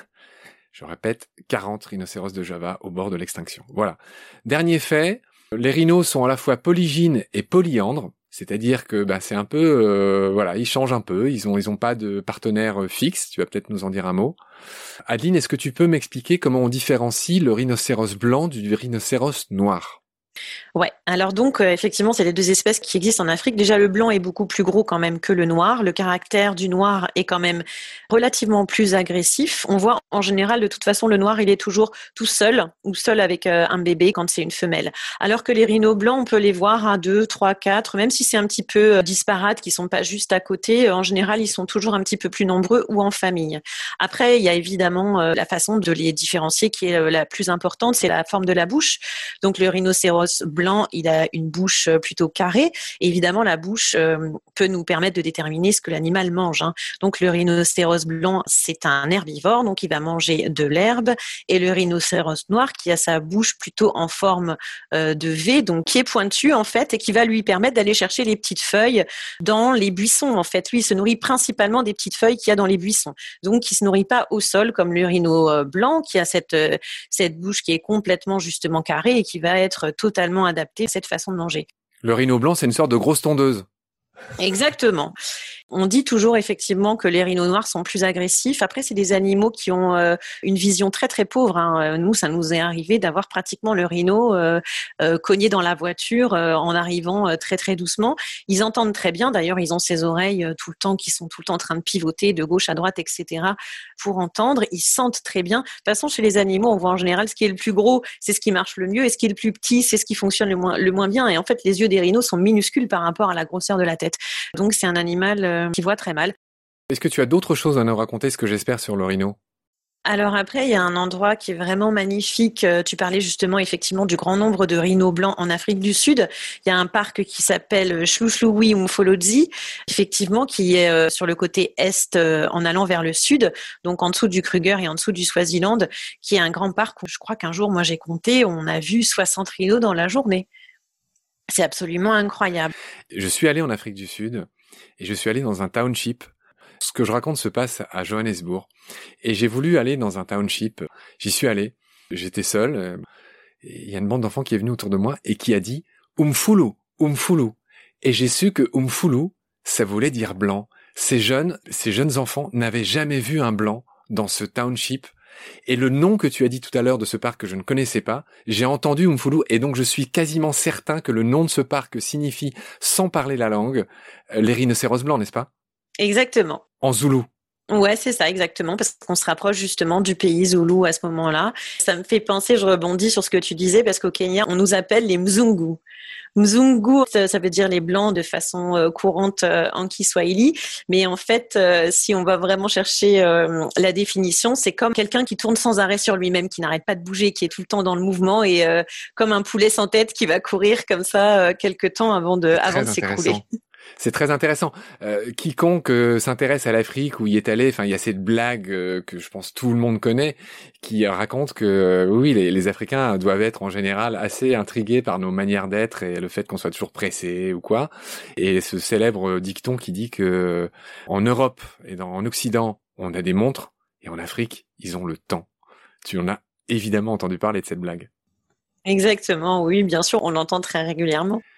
Je répète, quarante rhinocéros de Java au bord de l'extinction. Voilà. Dernier fait, les rhinos sont à la fois polygynes et polyandres, c'est-à-dire que bah, c'est un peu, euh, voilà, ils changent un peu, ils ont, ils ont pas de partenaire fixe. Tu vas peut-être nous en dire un mot. Adeline, est-ce que tu peux m'expliquer comment on différencie le rhinocéros blanc du rhinocéros noir ? Ouais, alors donc euh, effectivement, c'est les deux espèces qui existent en Afrique. Déjà, le blanc est beaucoup plus gros quand même que le noir. Le caractère du noir est quand même relativement plus agressif. On voit en général, de toute façon, le noir, il est toujours tout seul ou seul avec euh, un bébé quand c'est une femelle. Alors que les rhinos blancs, on peut les voir à deux, trois, quatre, même si c'est un petit peu euh, disparate, qui sont pas juste à côté. Euh, en général, ils sont toujours un petit peu plus nombreux ou en famille. Après, il y a évidemment euh, la façon de les différencier qui est euh, la plus importante, c'est la forme de la bouche. Donc le rhinocéros blanc, il a une bouche plutôt carrée. Et évidemment, la bouche euh, peut nous permettre de déterminer ce que l'animal mange. Hein. Donc, le rhinocéros blanc, c'est un herbivore, donc il va manger de l'herbe. Et le rhinocéros noir, qui a sa bouche plutôt en forme euh, de V, donc qui est pointue en fait, et qui va lui permettre d'aller chercher les petites feuilles dans les buissons. En fait, lui, il se nourrit principalement des petites feuilles qu'il y a dans les buissons. Donc, il se nourrit pas au sol comme le rhino blanc, qui a cette euh, cette bouche qui est complètement justement carrée et qui va être totalement adapté à cette façon de manger. Le rhino blanc, c'est une sorte de grosse tondeuse. Exactement. On dit toujours effectivement que les rhinos noirs sont plus agressifs. Après, c'est des animaux qui ont euh, une vision très très pauvre. Hein. Nous, ça nous est arrivé d'avoir pratiquement le rhino euh, euh, cogné dans la voiture euh, en arrivant euh, très très doucement. Ils entendent très bien. D'ailleurs, ils ont ces oreilles euh, tout le temps qui sont tout le temps en train de pivoter de gauche à droite, et cetera pour entendre. Ils sentent très bien. De toute façon, chez les animaux, on voit en général ce qui est le plus gros, c'est ce qui marche le mieux, et ce qui est le plus petit, c'est ce qui fonctionne le moins le moins bien. Et en fait, les yeux des rhinos sont minuscules par rapport à la grosseur de la tête. Donc, c'est un animal euh, qui voit très mal. Est-ce que tu as d'autres choses à nous raconter, ce que j'espère, sur le rhino ? Alors après, il y a un endroit qui est vraiment magnifique. Tu parlais justement effectivement du grand nombre de rhinos blancs en Afrique du Sud. Il y a un parc qui s'appelle Chlouchlououi Mfolodzi, effectivement, qui est sur le côté est en allant vers le sud, donc en dessous du Kruger et en dessous du Swaziland, qui est un grand parc où je crois qu'un jour, moi j'ai compté, on a vu soixante rhinos dans la journée. C'est absolument incroyable. Je suis allé en Afrique du Sud et je suis allé dans un township. Ce que je raconte se passe à Johannesburg. Et j'ai voulu aller dans un township. J'y suis allé. J'étais seul. Il y a une bande d'enfants qui est venue autour de moi et qui a dit « Umfulu, Umfulu ». Et j'ai su que Umfulu, ça voulait dire blanc. Ces jeunes, ces jeunes enfants n'avaient jamais vu un blanc dans ce township. Et le nom que tu as dit tout à l'heure de ce parc que je ne connaissais pas, j'ai entendu Umfulu et donc je suis quasiment certain que le nom de ce parc signifie, sans parler la langue, les rhinocéros blancs, n'est-ce pas ? Exactement. En zoulou. Ouais, c'est ça, exactement, parce qu'on se rapproche justement du pays zoulou à ce moment-là. Ça me fait penser, je rebondis sur ce que tu disais, parce qu'au Kenya, on nous appelle les Mzungu. Mzungu, ça, ça veut dire les blancs de façon euh, courante euh, en Kiswahili, mais en fait, euh, si on va vraiment chercher euh, la définition, c'est comme quelqu'un qui tourne sans arrêt sur lui-même, qui n'arrête pas de bouger, qui est tout le temps dans le mouvement et euh, comme un poulet sans tête qui va courir comme ça euh, quelque temps avant de, avant de s'écrouler. C'est très intéressant. Euh, quiconque euh, s'intéresse à l'Afrique ou y est allé, enfin, il y a cette blague euh, que je pense tout le monde connaît, qui raconte que euh, oui, les, les Africains doivent être en général assez intrigués par nos manières d'être et le fait qu'on soit toujours pressé ou quoi. Et ce célèbre dicton qui dit que en Europe et dans, en Occident, on a des montres et en Afrique, ils ont le temps. Tu en as évidemment entendu parler de cette blague. Exactement, oui, bien sûr, on l'entend très régulièrement.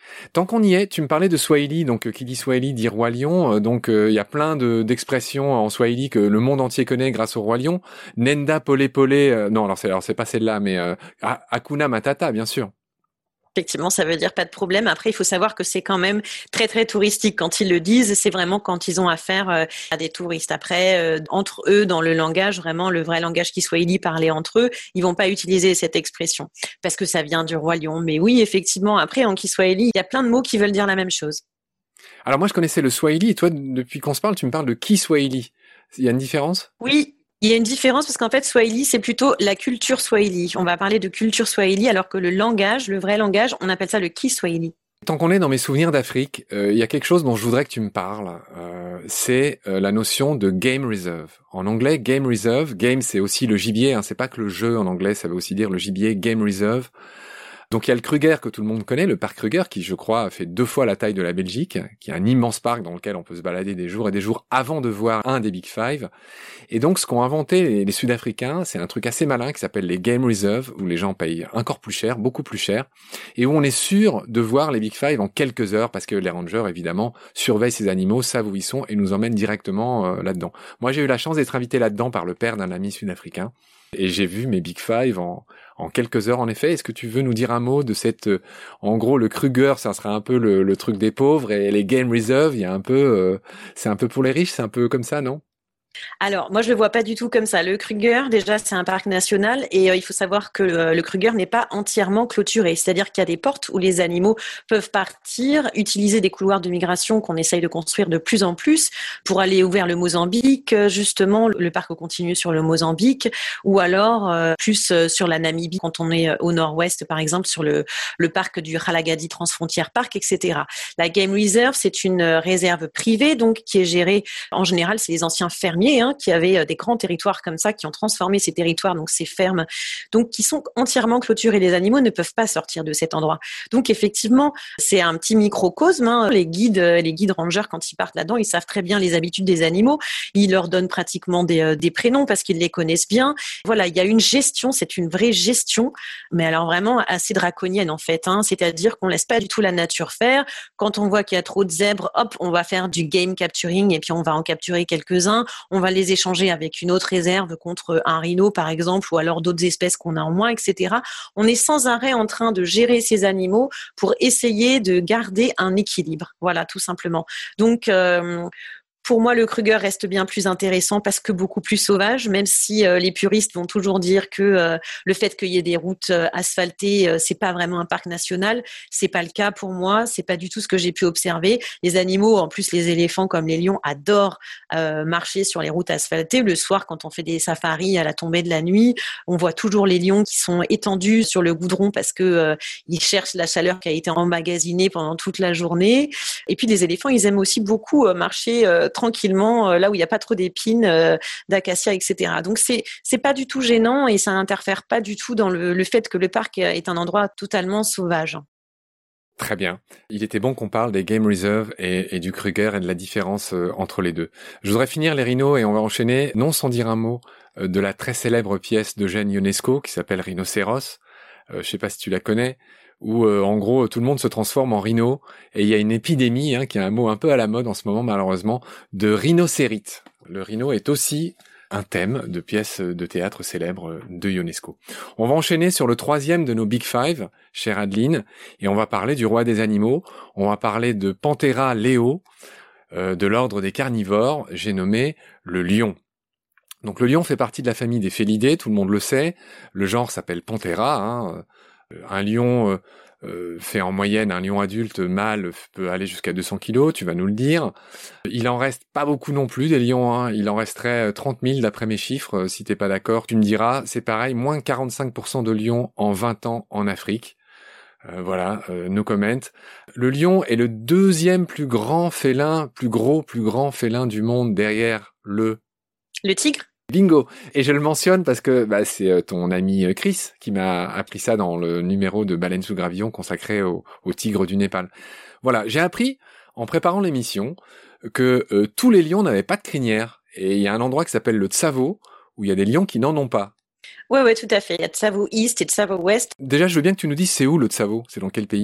Tant qu'on y est, tu me parlais de Swahili, donc euh, qui dit Swahili dit Roi Lion, euh, donc il euh, y a plein de, d'expressions en Swahili que le monde entier connaît grâce au Roi Lion. Nenda pole pole, euh, non alors c'est, alors c'est pas celle-là, mais euh, Hakuna Matata bien sûr. Effectivement, ça veut dire pas de problème. Après, il faut savoir que c'est quand même très très touristique. Quand ils le disent, c'est vraiment quand ils ont affaire euh, à des touristes. Après, euh, entre eux, dans le langage, vraiment le vrai langage kiswahili parlé entre eux, ils vont pas utiliser cette expression parce que ça vient du roi lion. Mais oui, effectivement, après en kiswahili, il y a plein de mots qui veulent dire la même chose. Alors moi, je connaissais le Swahili et toi, depuis qu'on se parle, tu me parles de Kiswahili. Il y a une différence ? Oui. Il y a une différence parce qu'en fait, Swahili, c'est plutôt la culture Swahili. On va parler de culture Swahili alors que le langage, le vrai langage, on appelle ça le Kiswahili. Tant qu'on est dans mes souvenirs d'Afrique, euh, il y a quelque chose dont je voudrais que tu me parles. Euh, c'est euh, la notion de game reserve. En anglais, game reserve, game c'est aussi le gibier, hein, c'est pas que le jeu en anglais, ça veut aussi dire le gibier, game reserve. Donc il y a le Kruger que tout le monde connaît, le parc Kruger, qui je crois fait deux fois la taille de la Belgique, qui est un immense parc dans lequel on peut se balader des jours et des jours avant de voir un des Big Five. Et donc ce qu'ont inventé les, les Sud-Africains, c'est un truc assez malin qui s'appelle les Game Reserve, où les gens payent encore plus cher, beaucoup plus cher, et où on est sûr de voir les Big Five en quelques heures, parce que les rangers, évidemment, surveillent ces animaux, savent où ils sont, et nous emmènent directement euh, là-dedans. Moi j'ai eu la chance d'être invité là-dedans par le père d'un ami sud-africain, et j'ai vu mes Big Five en, en quelques heures, en effet. Est-ce que tu veux nous dire un mot de cette... Euh, en gros, le Kruger, ça sera un peu le, le truc des pauvres, et les Game Reserve, il y a un peu... Euh, c'est un peu pour les riches, c'est un peu comme ça, non ? Alors, moi, je le vois pas du tout comme ça. Le Kruger, déjà, c'est un parc national et euh, il faut savoir que euh, le Kruger n'est pas entièrement clôturé. C'est-à-dire qu'il y a des portes où les animaux peuvent partir, utiliser des couloirs de migration qu'on essaye de construire de plus en plus pour aller vers le Mozambique. Justement, le parc continue sur le Mozambique ou alors euh, plus euh, sur la Namibie quand on est au nord-ouest, par exemple, sur le, le parc du Halagadi Transfrontière Park, et cetera. La Game Reserve, c'est une réserve privée, donc qui est gérée, en général, c'est les anciens fermiers Hein, qui avaient des grands territoires comme ça, qui ont transformé ces territoires, donc ces fermes, donc qui sont entièrement clôturés. Les animaux ne peuvent pas sortir de cet endroit. Donc effectivement, c'est un petit microcosme. Hein. Les guides, les guides rangers, quand ils partent là-dedans, ils savent très bien les habitudes des animaux. Ils leur donnent pratiquement des, euh, des prénoms parce qu'ils les connaissent bien. Voilà, il y a une gestion, c'est une vraie gestion, mais alors vraiment assez draconienne en fait. Hein. C'est-à-dire qu'on laisse pas du tout la nature faire. Quand on voit qu'il y a trop de zèbres, hop, on va faire du game capturing et puis on va en capturer quelques-uns. On va les échanger avec une autre réserve contre un rhino, par exemple, ou alors d'autres espèces qu'on a en moins, et cetera. On est sans arrêt en train de gérer ces animaux pour essayer de garder un équilibre. Voilà, tout simplement. Donc, euh, pour moi, le Kruger reste bien plus intéressant parce que beaucoup plus sauvage, même si euh, les puristes vont toujours dire que euh, le fait qu'il y ait des routes euh, asphaltées, euh, c'est pas vraiment un parc national. C'est pas le cas pour moi. C'est pas du tout ce que j'ai pu observer. Les animaux, en plus les éléphants comme les lions, adorent euh, marcher sur les routes asphaltées. Le soir, quand on fait des safaris à la tombée de la nuit, on voit toujours les lions qui sont étendus sur le goudron parce que euh, ils cherchent la chaleur qui a été emmagasinée pendant toute la journée. Et puis les éléphants, ils aiment aussi beaucoup euh, marcher euh, tranquillement euh, là où il n'y a pas trop d'épines, euh, d'acacia, et cetera. Donc c'est c'est pas du tout gênant et ça n'interfère pas du tout dans le, le fait que le parc est un endroit totalement sauvage. Très bien. Il était bon qu'on parle des Game Reserve et, et du Kruger et de la différence euh, entre les deux. Je voudrais finir les rhinos et on va enchaîner, non sans dire un mot, euh, de la très célèbre pièce d'Eugène Ionesco qui s'appelle Rhinocéros. Euh, je sais pas si tu la connais. Où euh, en gros tout le monde se transforme en rhino et il y a une épidémie, hein, qui est un mot un peu à la mode en ce moment malheureusement, de rhinocérite. Le rhino est aussi un thème de pièce de théâtre célèbre de Ionesco. On va enchaîner sur le troisième de nos Big Five, chère Adeline, et on va parler du roi des animaux. On va parler de Panthera leo, euh, de l'ordre des carnivores, j'ai nommé le lion. Donc le lion fait partie de la famille des félidés, tout le monde le sait. Le genre s'appelle Panthera, hein. Un lion euh, euh, fait en moyenne, un lion adulte mâle peut aller jusqu'à deux cents kilos, tu vas nous le dire. Il en reste pas beaucoup non plus des lions, hein. Il en resterait trente mille d'après mes chiffres, si t'es pas d'accord. Tu me diras, c'est pareil, moins quarante-cinq pour cent de lions en vingt ans en Afrique. Euh, voilà, euh, no comment. Le lion est le deuxième plus grand félin, plus gros, plus grand félin du monde derrière le... Le tigre ? Bingo. Et je le mentionne parce que bah, c'est ton ami Chris qui m'a appris ça dans le numéro de Baleine sous gravillon consacré au, au tigre du Népal. Voilà, j'ai appris en préparant l'émission que euh, tous les lions n'avaient pas de crinière. Et il y a un endroit qui s'appelle le Tsavo où il y a des lions qui n'en ont pas. Ouais, ouais, tout à fait. Il y a Tsavo East et Tsavo West. Déjà, je veux bien que tu nous dises c'est où le Tsavo ? C'est dans quel pays ?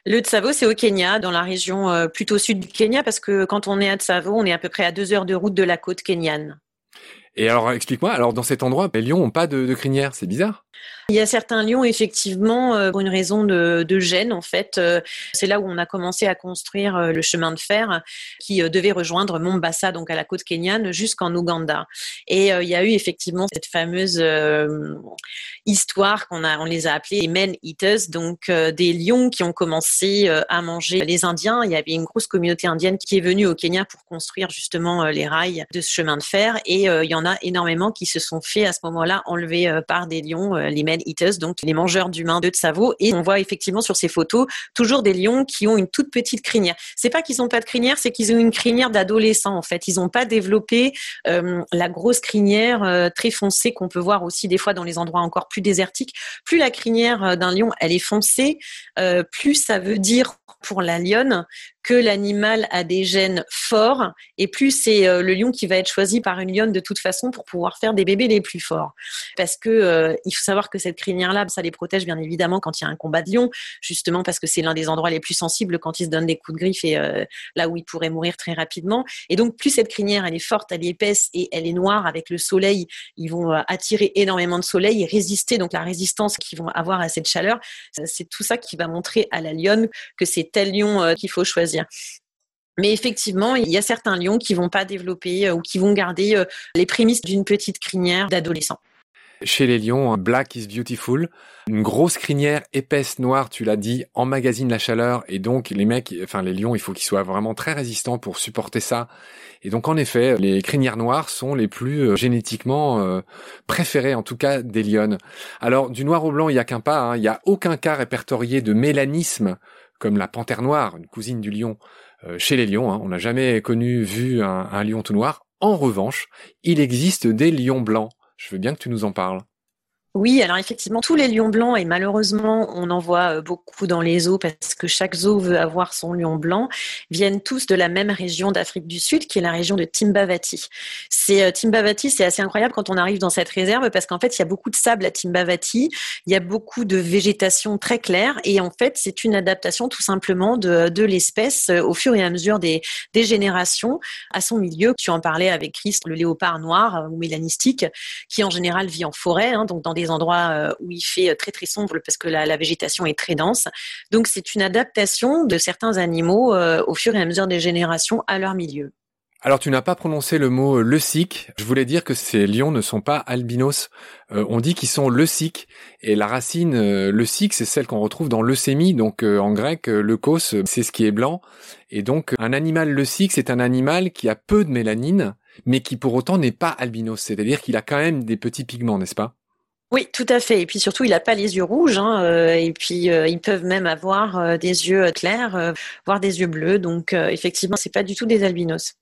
Le Tsavo, c'est au Kenya, dans la région euh, plutôt sud du Kenya, parce que quand on est à Tsavo, on est à peu près à deux heures de route de la côte kenyane. Et alors, explique-moi, alors dans cet endroit, les lions ont pas de, de crinière, c'est bizarre. Il y a certains lions, effectivement, euh, pour une raison de, de gène, en fait. Euh, c'est là où on a commencé à construire euh, le chemin de fer qui euh, devait rejoindre Mombasa, donc à la côte kenyane, jusqu'en Ouganda. Et euh, il y a eu effectivement cette fameuse euh, histoire qu'on a, on les a appelés les man eaters, donc euh, des lions qui ont commencé euh, à manger les Indiens. Il y avait une grosse communauté indienne qui est venue au Kenya pour construire justement euh, les rails de ce chemin de fer. Et euh, il y en a énormément qui se sont fait à ce moment-là enlever euh, par des lions, euh, les man eaters, donc les mangeurs d'humains de Tsavo. Et on voit effectivement sur ces photos toujours des lions qui ont une toute petite crinière. C'est pas qu'ils ont pas de crinière, c'est qu'ils ont une crinière d'adolescent en fait. Ils n'ont pas développé euh, la grosse crinière euh, très foncée qu'on peut voir aussi des fois dans les endroits encore plus désertiques. Plus la crinière d'un lion elle est foncée, euh, plus ça veut dire pour la lionne que l'animal a des gènes forts et plus c'est euh, le lion qui va être choisi par une lionne de toute façon pour pouvoir faire des bébés les plus forts. Parce que euh, il faut savoir que cette crinière-là, ça les protège bien évidemment quand il y a un combat de lion, justement parce que c'est l'un des endroits les plus sensibles quand ils se donnent des coups de griffe et euh, là où ils pourraient mourir très rapidement. Et donc plus cette crinière elle est forte, elle est épaisse et elle est noire avec le soleil, ils vont euh, attirer énormément de soleil et résister. Donc la résistance qu'ils vont avoir à cette chaleur, c'est tout ça qui va montrer à la lionne que c'est tel lion euh, qu'il faut choisir. Mais effectivement, il y a certains lions qui vont pas développer euh, ou qui vont garder euh, les prémices d'une petite crinière d'adolescent. Chez les lions, black is beautiful. Une grosse crinière épaisse noire, tu l'as dit, emmagasine la chaleur et donc les mecs, enfin les lions, il faut qu'ils soient vraiment très résistants pour supporter ça. Et donc en effet, les crinières noires sont les plus euh, génétiquement euh, préférées, en tout cas des lionnes. Alors du noir au blanc, il y a qu'un pas, hein. Il y a aucun cas répertorié de mélanisme comme la panthère noire, une cousine du lion, euh, chez les lions. Hein. On n'a jamais connu, vu un, un lion tout noir. En revanche, il existe des lions blancs. Je veux bien que tu nous en parles. Oui, alors effectivement, tous les lions blancs, et malheureusement, on en voit beaucoup dans les zoos parce que chaque zoo veut avoir son lion blanc, viennent tous de la même région d'Afrique du Sud, qui est la région de Timbavati. C'est, Timbavati, c'est assez incroyable quand on arrive dans cette réserve parce qu'en fait, il y a beaucoup de sable à Timbavati, il y a beaucoup de végétation très claire et en fait, c'est une adaptation tout simplement de, de l'espèce au fur et à mesure des, des générations à son milieu. Tu en parlais avec Chris, le léopard noir ou mélanistique, qui en général vit en forêt, hein, donc dans des endroits où il fait très très sombre parce que la, la végétation est très dense. Donc c'est une adaptation de certains animaux euh, au fur et à mesure des générations à leur milieu. Alors tu n'as pas prononcé le mot leucique. Je voulais dire que ces lions ne sont pas albinos. Euh, on dit qu'ils sont leuciques et la racine euh, leucique, c'est celle qu'on retrouve dans leucémie. Donc euh, en grec, euh, leukos, c'est ce qui est blanc. Et donc un animal leucique, c'est un animal qui a peu de mélanine, mais qui pour autant n'est pas albinos. C'est-à-dire qu'il a quand même des petits pigments, n'est-ce pas ? Oui, tout à fait. Et puis surtout, il n'a pas les yeux rouges. Hein, euh, et puis, euh, ils peuvent même avoir euh, des yeux clairs, euh, voire des yeux bleus. Donc, euh, effectivement, c'est pas du tout des albinos.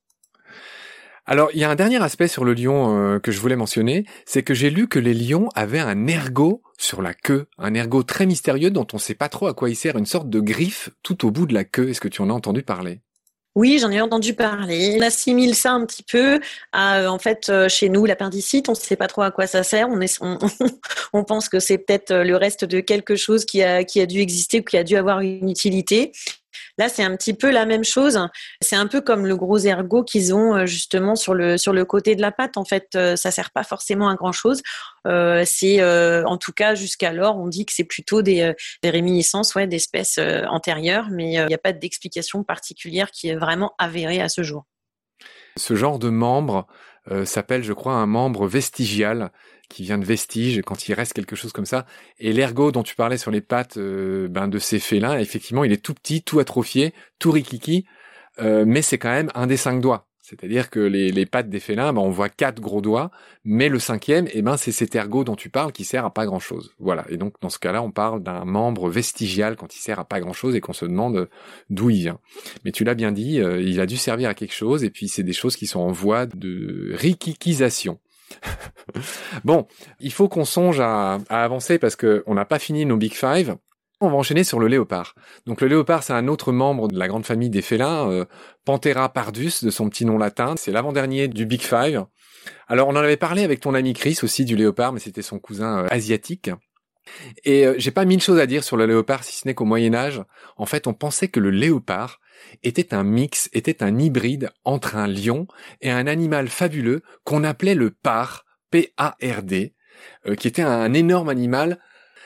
Alors, il y a un dernier aspect sur le lion euh, que je voulais mentionner, c'est que j'ai lu que les lions avaient un ergot sur la queue, un ergot très mystérieux dont on ne sait pas trop à quoi il sert, une sorte de griffe tout au bout de la queue. Est-ce que tu en as entendu parler ? Oui, j'en ai entendu parler. On assimile ça un petit peu à, en fait, euh, chez nous, l'appendicite. On ne sait pas trop à quoi ça sert. On, est, on, on pense que c'est peut-être le reste de quelque chose qui a, qui a dû exister ou qui a dû avoir une utilité. Là, c'est un petit peu la même chose. C'est un peu comme le gros ergot qu'ils ont justement sur le sur le côté de la patte. En fait, ça sert pas forcément à grand chose. Euh, c'est euh, en tout cas jusqu'alors, on dit que c'est plutôt des, des réminiscences, ouais, d'espèces euh, antérieures, mais il euh, n'y a pas d'explication particulière qui est vraiment avérée à ce jour. Ce genre de membre euh, s'appelle, je crois, un membre vestigial, qui vient de vestige, quand il reste quelque chose comme ça. Et l'ergot dont tu parlais sur les pattes euh, ben, de ces félins, effectivement, il est tout petit, tout atrophié, tout rikiki, euh, mais c'est quand même un des cinq doigts. C'est-à-dire que les, les pattes des félins, ben, on voit quatre gros doigts, mais le cinquième, eh ben, c'est cet ergot dont tu parles qui sert à pas grand-chose. Voilà. Et donc, dans ce cas-là, on parle d'un membre vestigial quand il sert à pas grand-chose et qu'on se demande d'où il vient. Mais tu l'as bien dit, euh, il a dû servir à quelque chose, et puis c'est des choses qui sont en voie de rikikisation. Bon, il faut qu'on songe à, à avancer parce que on n'a pas fini nos Big Five. On va enchaîner sur le léopard. Donc le léopard, c'est un autre membre de la grande famille des félins, euh, Panthera pardus, de son petit nom latin. C'est l'avant-dernier du Big Five. Alors on en avait parlé avec ton ami Chris aussi du léopard, mais c'était son cousin euh, asiatique. Et euh, j'ai pas mille choses à dire sur le léopard, si ce n'est qu'au Moyen-Âge, en fait, on pensait que le léopard était un mix, était un hybride entre un lion et un animal fabuleux qu'on appelait le pard, P A R D, euh, qui était un énorme animal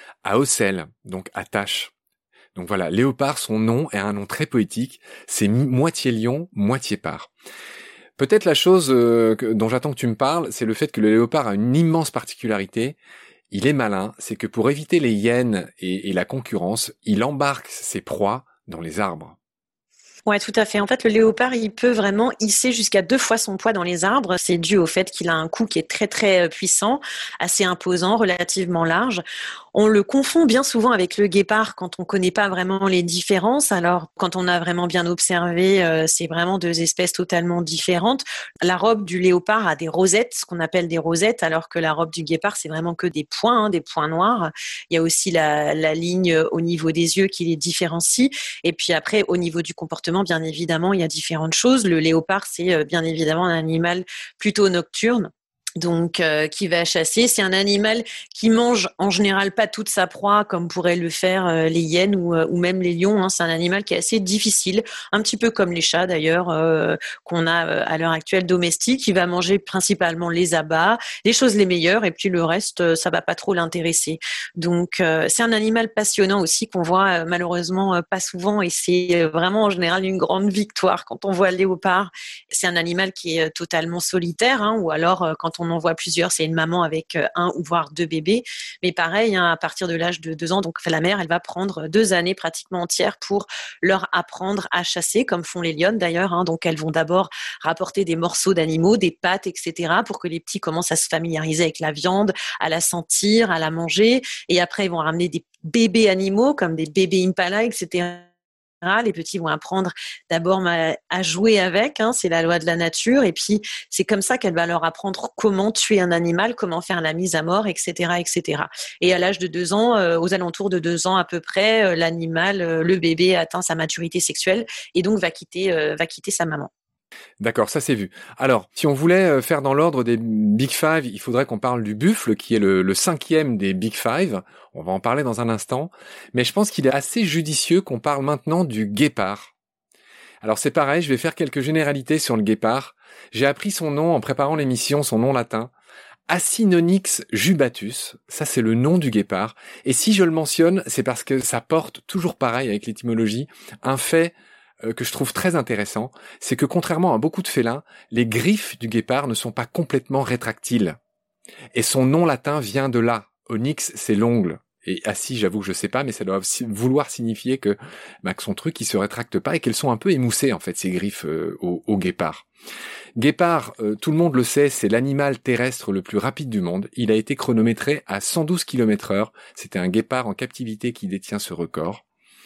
à ocelles, donc à taches. Donc voilà, léopard, son nom est un nom très poétique, c'est mi- moitié lion, moitié pard. Peut-être la chose euh, que, dont j'attends que tu me parles, c'est le fait que le léopard a une immense particularité. Il est malin, c'est que pour éviter les hyènes et, et la concurrence, il embarque ses proies dans les arbres. Ouais, tout à fait. En fait, le léopard, il peut vraiment hisser jusqu'à deux fois son poids dans les arbres. C'est dû au fait qu'il a un cou qui est très très puissant, assez imposant, relativement large. On le confond bien souvent avec le guépard quand on connaît pas vraiment les différences. Alors, quand on a vraiment bien observé, euh, c'est vraiment deux espèces totalement différentes. La robe du léopard a des rosettes, ce qu'on appelle des rosettes, alors que la robe du guépard, c'est vraiment que des points, hein, des points noirs. Il y a aussi la, la ligne au niveau des yeux qui les différencie. Et puis après, au niveau du comportement, bien évidemment, il y a différentes choses. Le léopard, c'est bien évidemment un animal plutôt nocturne. Donc, euh, qui va chasser. C'est un animal qui mange en général pas toute sa proie comme pourraient le faire euh, les hyènes ou, euh, ou même les lions. Hein. C'est un animal qui est assez difficile, un petit peu comme les chats d'ailleurs euh, qu'on a euh, à l'heure actuelle domestiques. Il va manger principalement les abats, les choses les meilleures, et puis le reste, euh, ça va pas trop l'intéresser. Donc, euh, c'est un animal passionnant aussi qu'on voit euh, malheureusement euh, pas souvent, et c'est euh, vraiment en général une grande victoire quand on voit le léopard. C'est un animal qui est euh, totalement solitaire, hein, ou alors euh, quand on on en voit plusieurs, c'est une maman avec un ou voire deux bébés. Mais pareil, hein, à partir de l'âge de deux ans, donc la mère, elle va prendre deux années pratiquement entières pour leur apprendre à chasser, comme font les lionnes d'ailleurs. Hein. Donc elles vont d'abord rapporter des morceaux d'animaux, des pattes, et cetera, pour que les petits commencent à se familiariser avec la viande, à la sentir, à la manger. Et après, ils vont ramener des bébés animaux, comme des bébés impala, et cetera. Les petits vont apprendre d'abord à jouer avec, hein, c'est la loi de la nature, et puis c'est comme ça qu'elle va leur apprendre comment tuer un animal, comment faire la mise à mort, et cetera, et cetera. Et à l'âge de deux ans, euh, aux alentours de deux ans à peu près, euh, l'animal, euh, le bébé atteint sa maturité sexuelle et donc va quitter, euh, va quitter sa maman. D'accord, ça c'est vu. Alors, si on voulait faire dans l'ordre des Big Five, il faudrait qu'on parle du buffle, qui est le, le cinquième des Big Five. On va en parler dans un instant. Mais je pense qu'il est assez judicieux qu'on parle maintenant du guépard. Alors c'est pareil, je vais faire quelques généralités sur le guépard. J'ai appris son nom en préparant l'émission, son nom latin. Acinonyx jubatus, ça c'est le nom du guépard. Et si je le mentionne, c'est parce que ça porte, toujours pareil avec l'étymologie, un fait que je trouve très intéressant, c'est que contrairement à beaucoup de félins, les griffes du guépard ne sont pas complètement rétractiles. Et son nom latin vient de là. Onyx, c'est l'ongle. Et assis, j'avoue que je sais pas, mais ça doit vouloir signifier que, bah, que son truc, il se rétracte pas et qu'elles sont un peu émoussées, en fait, ces griffes euh, au, au guépard. Guépard, euh, tout le monde le sait, c'est l'animal terrestre le plus rapide du monde. Il a été chronométré à cent douze kilomètres heure. C'était un guépard en captivité qui détient ce record.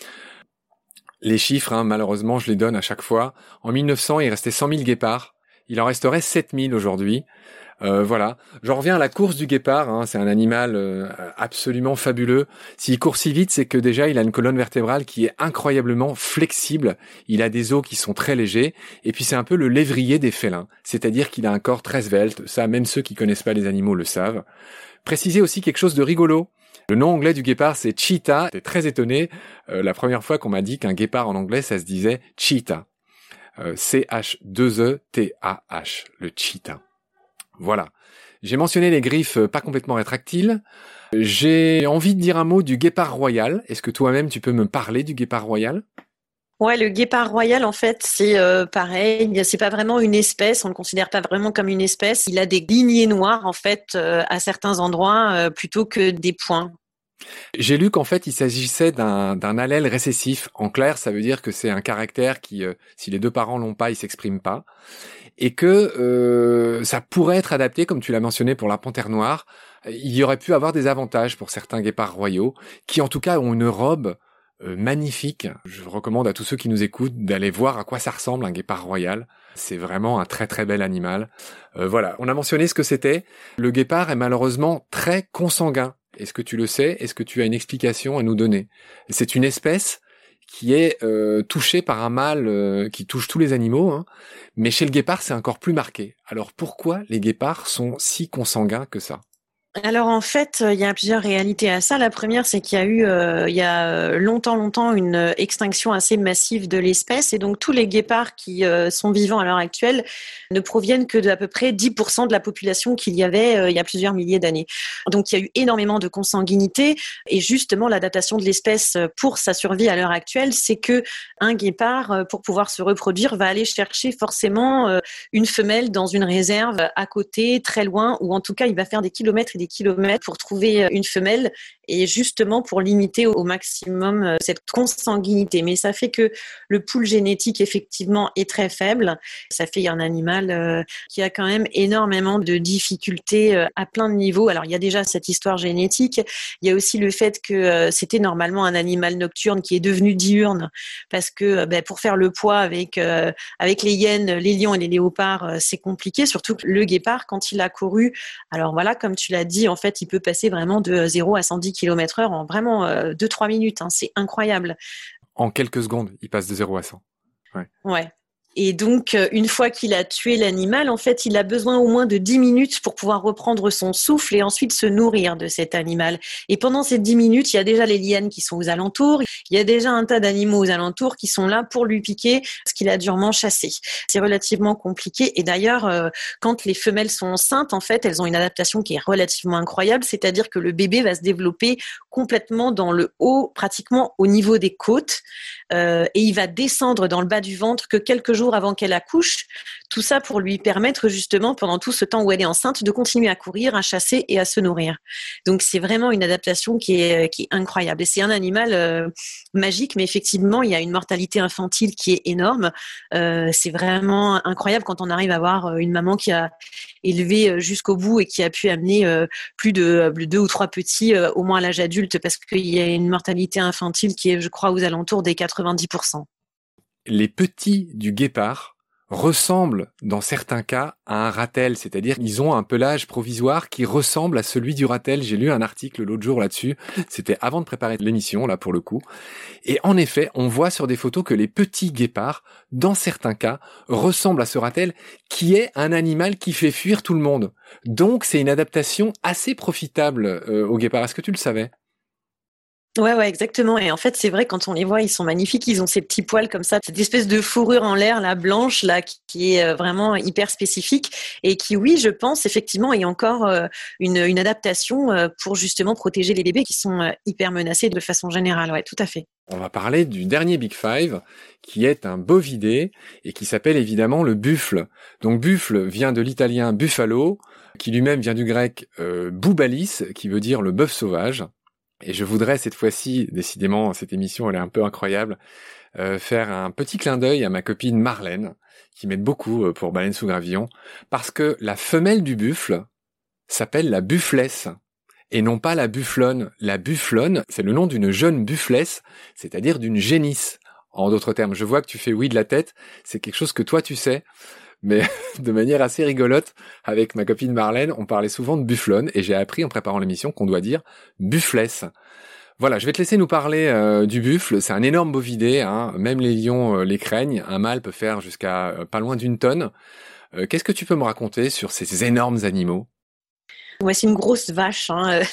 Les chiffres, hein, malheureusement, je les donne à chaque fois. En mille neuf cents, il restait cent mille guépards. Il en resterait sept mille aujourd'hui. Euh, voilà. J'en reviens à la course du guépard. Hein. C'est un animal euh, absolument fabuleux. S'il court si vite, c'est que déjà, il a une colonne vertébrale qui est incroyablement flexible. Il a des os qui sont très légers. Et puis, c'est un peu le lévrier des félins. C'est-à-dire qu'il a un corps très svelte. Ça, même ceux qui connaissent pas les animaux le savent. Préciser aussi quelque chose de rigolo. Le nom anglais du guépard, c'est cheetah. J'étais très étonné euh, la première fois qu'on m'a dit qu'un guépard en anglais, ça se disait cheetah. Euh, C H deux E T A H, le cheetah. Voilà. J'ai mentionné les griffes pas complètement rétractiles. J'ai envie de dire un mot du guépard royal. Est-ce que toi-même, tu peux me parler du guépard royal ? Ouais, le guépard royal, en fait, c'est euh, pareil. C'est pas vraiment une espèce. On le considère pas vraiment comme une espèce. Il a des lignées noires, en fait, euh, à certains endroits, euh, plutôt que des points. J'ai lu qu'en fait, il s'agissait d'un, d'un allèle récessif. En clair, ça veut dire que c'est un caractère qui, euh, si les deux parents l'ont pas, il s'exprime pas. Et que euh, ça pourrait être adapté, comme tu l'as mentionné pour la panthère noire. Il y aurait pu avoir des avantages pour certains guépards royaux, qui en tout cas ont une robe euh, magnifique. Je recommande à tous ceux qui nous écoutent d'aller voir à quoi ça ressemble un guépard royal. C'est vraiment un très très bel animal. Euh, voilà, on a mentionné ce que c'était. Le guépard est malheureusement très consanguin. Est-ce que tu le sais ? Est-ce que tu as une explication à nous donner ? C'est une espèce qui est euh, touchée par un mal euh, qui touche tous les animaux, hein, mais chez le guépard, c'est encore plus marqué. Alors pourquoi les guépards sont si consanguins que ça ? Alors en fait, il y a plusieurs réalités à ça. La première, c'est qu'il y a eu, euh, il y a longtemps, longtemps, une extinction assez massive de l'espèce, et donc tous les guépards qui euh, sont vivants à l'heure actuelle ne proviennent que d'à peu près dix pour cent de la population qu'il y avait euh, il y a plusieurs milliers d'années. Donc il y a eu énormément de consanguinité, et justement l'adaptation de l'espèce pour sa survie à l'heure actuelle, c'est que un guépard, pour pouvoir se reproduire, va aller chercher forcément euh, une femelle dans une réserve à côté, très loin, ou en tout cas il va faire des kilomètres et des kilomètres pour trouver une femelle, et justement pour limiter au maximum cette consanguinité. Mais ça fait que le pool génétique effectivement est très faible. Ça fait un animal qui a quand même énormément de difficultés à plein de niveaux. Alors il y a déjà cette histoire génétique, il y a aussi le fait que c'était normalement un animal nocturne qui est devenu diurne, parce que ben, pour faire le poids avec, euh, avec les hyènes, les lions et les léopards, c'est compliqué, surtout que le guépard, quand il a couru, alors voilà, comme tu l'as dit, en fait, il peut passer vraiment de zéro à cent dix kilomètres heure en vraiment euh, deux trois minutes. Hein, c'est incroyable. En quelques secondes, il passe de zéro à cent. Ouais. Ouais. Et donc, une fois qu'il a tué l'animal, en fait, il a besoin au moins de dix minutes pour pouvoir reprendre son souffle et ensuite se nourrir de cet animal. Et pendant ces dix minutes, il y a déjà les lianes qui sont aux alentours. Il y a déjà un tas d'animaux aux alentours qui sont là pour lui piquer ce qu'il a durement chassé. C'est relativement compliqué. Et d'ailleurs, euh, quand les femelles sont enceintes, en fait, elles ont une adaptation qui est relativement incroyable. C'est-à-dire que le bébé va se développer complètement dans le haut, pratiquement au niveau des côtes. Euh, et il va descendre dans le bas du ventre que quelques jours avant qu'elle accouche, tout ça pour lui permettre justement pendant tout ce temps où elle est enceinte de continuer à courir, à chasser et à se nourrir. Donc c'est vraiment une adaptation qui est, qui est incroyable. Et c'est un animal euh, magique, mais effectivement il y a une mortalité infantile qui est énorme. Euh, c'est vraiment incroyable quand on arrive à voir une maman qui a élevé jusqu'au bout et qui a pu amener euh, plus de deux ou trois petits euh, au moins à l'âge adulte, parce qu'il y a une mortalité infantile qui est, je crois, aux alentours des quatre-vingt-dix pour cent. Les petits du guépard ressemblent, dans certains cas, à un ratel, c'est-à-dire ils ont un pelage provisoire qui ressemble à celui du ratel. J'ai lu un article l'autre jour là-dessus, c'était avant de préparer l'émission, là pour le coup. Et en effet, on voit sur des photos que les petits guépards, dans certains cas, ressemblent à ce ratel, qui est un animal qui fait fuir tout le monde. Donc c'est une adaptation assez profitable euh, au guépard. Est-ce que tu le savais ? Ouais, ouais, exactement. Et en fait, c'est vrai, quand on les voit, ils sont magnifiques. Ils ont ces petits poils comme ça, cette espèce de fourrure en l'air, là, blanche, là, qui est vraiment hyper spécifique et qui, oui, je pense, effectivement, est encore une, une adaptation pour justement protéger les bébés qui sont hyper menacés de façon générale. Ouais, tout à fait. On va parler du dernier Big Five, qui est un bovidé et qui s'appelle évidemment le buffle. Donc buffle vient de l'italien buffalo, qui lui-même vient du grec euh, boubalis, qui veut dire le bœuf sauvage. Et je voudrais cette fois-ci, décidément, cette émission elle est un peu incroyable, euh, faire un petit clin d'œil à ma copine Marlène, qui m'aide beaucoup pour Baleine sous gravillon, parce que la femelle du buffle s'appelle la bufflesse, et non pas la bufflonne. La bufflonne, c'est le nom d'une jeune bufflesse, c'est-à-dire d'une génisse. En d'autres termes, je vois que tu fais oui de la tête, c'est quelque chose que toi tu sais, mais de manière assez rigolote, avec ma copine Marlène, on parlait souvent de bufflonne, et j'ai appris en préparant l'émission qu'on doit dire bufflesse. Voilà, je vais te laisser nous parler euh, du buffle. C'est un énorme bovidé, hein. Même les lions euh, les craignent. Un mâle peut faire jusqu'à euh, pas loin d'une tonne. Euh, qu'est-ce que tu peux me raconter sur ces énormes animaux ? Ouais, c'est une grosse vache, hein.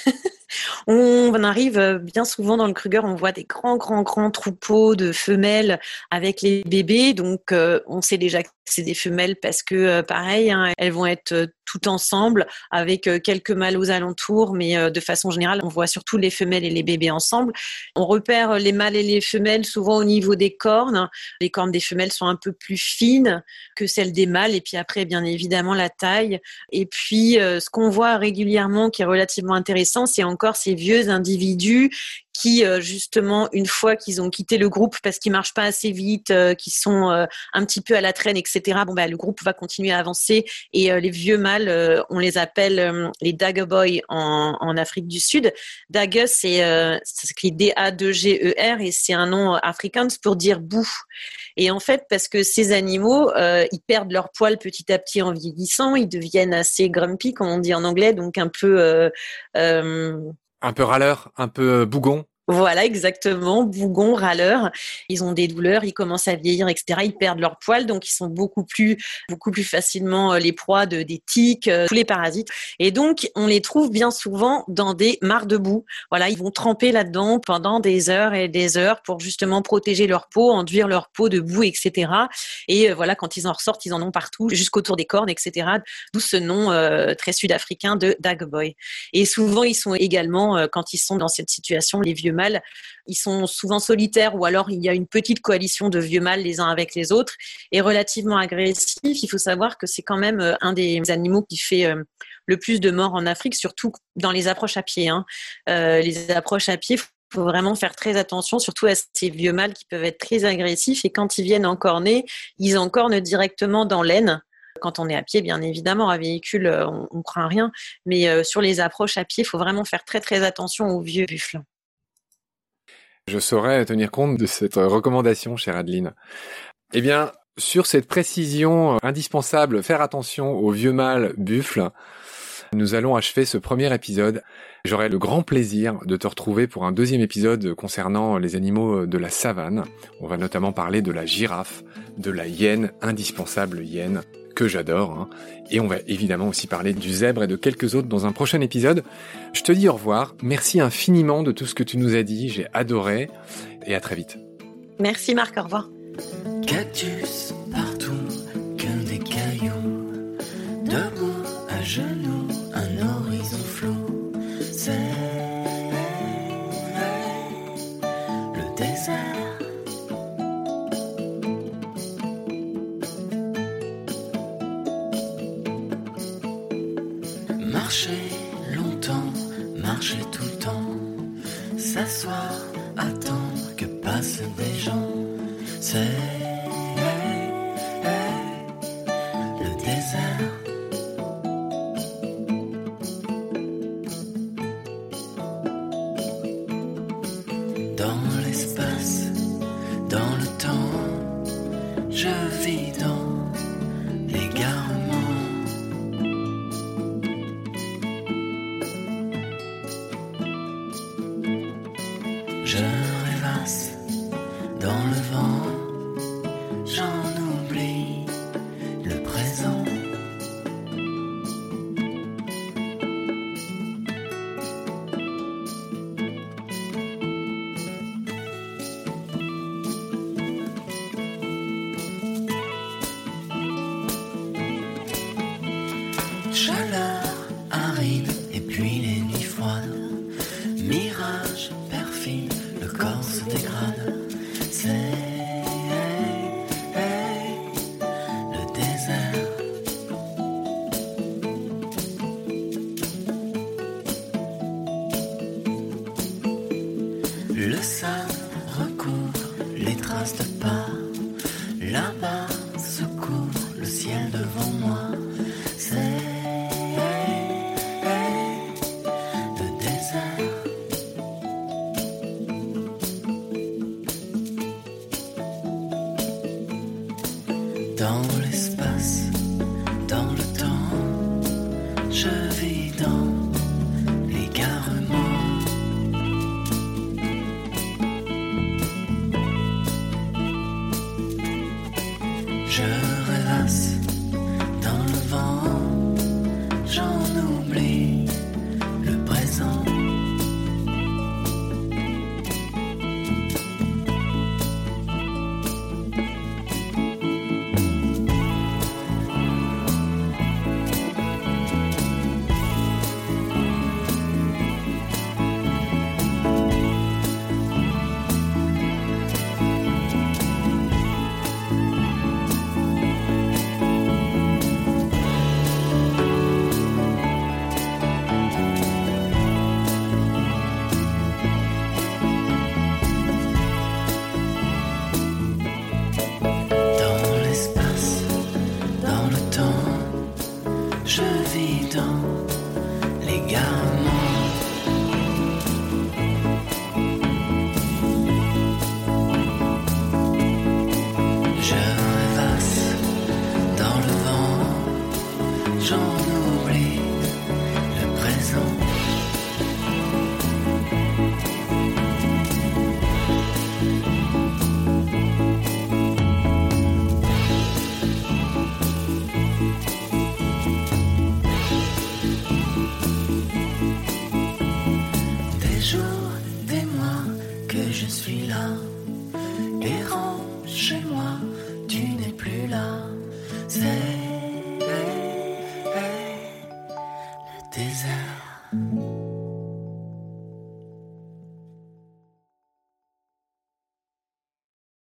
On arrive bien souvent dans le Kruger, on voit des grands, grands, grands troupeaux de femelles avec les bébés. Donc, euh, on sait déjà que c'est des femelles parce que, euh, pareil, hein, elles vont être euh, toutes ensemble avec euh, quelques mâles aux alentours. Mais euh, de façon générale, on voit surtout les femelles et les bébés ensemble. On repère les mâles et les femelles souvent au niveau des cornes. Les cornes des femelles sont un peu plus fines que celles des mâles. Et puis après, bien évidemment, la taille. Et puis, euh, ce qu'on voit régulièrement qui est relativement intéressant, c'est encore ces vieux individus qui, justement, une fois qu'ils ont quitté le groupe parce qu'ils marchent pas assez vite, euh, qu'ils sont euh, un petit peu à la traîne, et cetera, bon, bah, le groupe va continuer à avancer et euh, les vieux mâles, euh, on les appelle euh, les Daguboy en, en Afrique du Sud. Dague, c'est, euh, ça s'écrit D A deux G E R et c'est un nom afrikaans pour dire boue. Et en fait, parce que ces animaux, euh, ils perdent leur poil petit à petit en vieillissant, ils deviennent assez grumpy, comme on dit en anglais, donc un peu... Euh, euh, Un peu râleur, un peu bougon. Voilà, exactement, bougons, râleurs. Ils ont des douleurs, ils commencent à vieillir, et cetera. Ils perdent leur poil, donc ils sont beaucoup plus, beaucoup plus facilement les proies de des tiques, tous les parasites. Et donc, on les trouve bien souvent dans des mares de boue. Voilà, ils vont tremper là-dedans pendant des heures et des heures pour justement protéger leur peau, enduire leur peau de boue, et cetera. Et voilà, quand ils en ressortent, ils en ont partout, jusqu'autour des cornes, et cetera. D'où ce nom euh, très sud-africain de Dagboy. Et souvent, ils sont également, euh, quand ils sont dans cette situation, les vieux mâles, ils sont souvent solitaires ou alors il y a une petite coalition de vieux mâles les uns avec les autres et relativement agressifs. Il faut savoir que c'est quand même un des animaux qui fait le plus de morts en Afrique, surtout dans les approches à pied. Hein. Euh, les approches à pied, il faut vraiment faire très attention, surtout à ces vieux mâles qui peuvent être très agressifs et quand ils viennent encorner, ils encornent directement dans l'aine. Quand on est à pied, bien évidemment, à véhicule, on ne craint rien. Mais euh, sur les approches à pied, il faut vraiment faire très très attention aux vieux buffles. Je saurais tenir compte de cette recommandation, chère Adeline. Eh bien, sur cette précision indispensable, faire attention aux vieux mâles buffles, nous allons achever ce premier épisode. J'aurai le grand plaisir de te retrouver pour un deuxième épisode concernant les animaux de la savane. On va notamment parler de la girafe, de la hyène, indispensable hyène, que j'adore. Hein. Et on va évidemment aussi parler du zèbre et de quelques autres dans un prochain épisode. Je te dis au revoir. Merci infiniment de tout ce que tu nous as dit. J'ai adoré. Et à très vite. Merci Marc, au revoir. Cactus partout, que des cailloux, debout à genoux, un horizon flou, c'est le désert. Marcher longtemps, marcher tout le temps, s'asseoir, attendre que passent des gens, c'est le désert. Dans l'espace, dans le temps, je vis dans l'égarement. Je rêvasse dans le vent, j'en oublie le présent. Chaleur aride et puis les nuits froides, mirage perfide, le corps se dégrade, c'est le désert. Le sable recouvre les traces de pas, là-bas se couvre le ciel devant moi, c'est le désert. Dans l'espace, dans le temps, je vis dans l'égarement. que je suis là. Errant chez moi, tu n'es plus là. C'est le désert.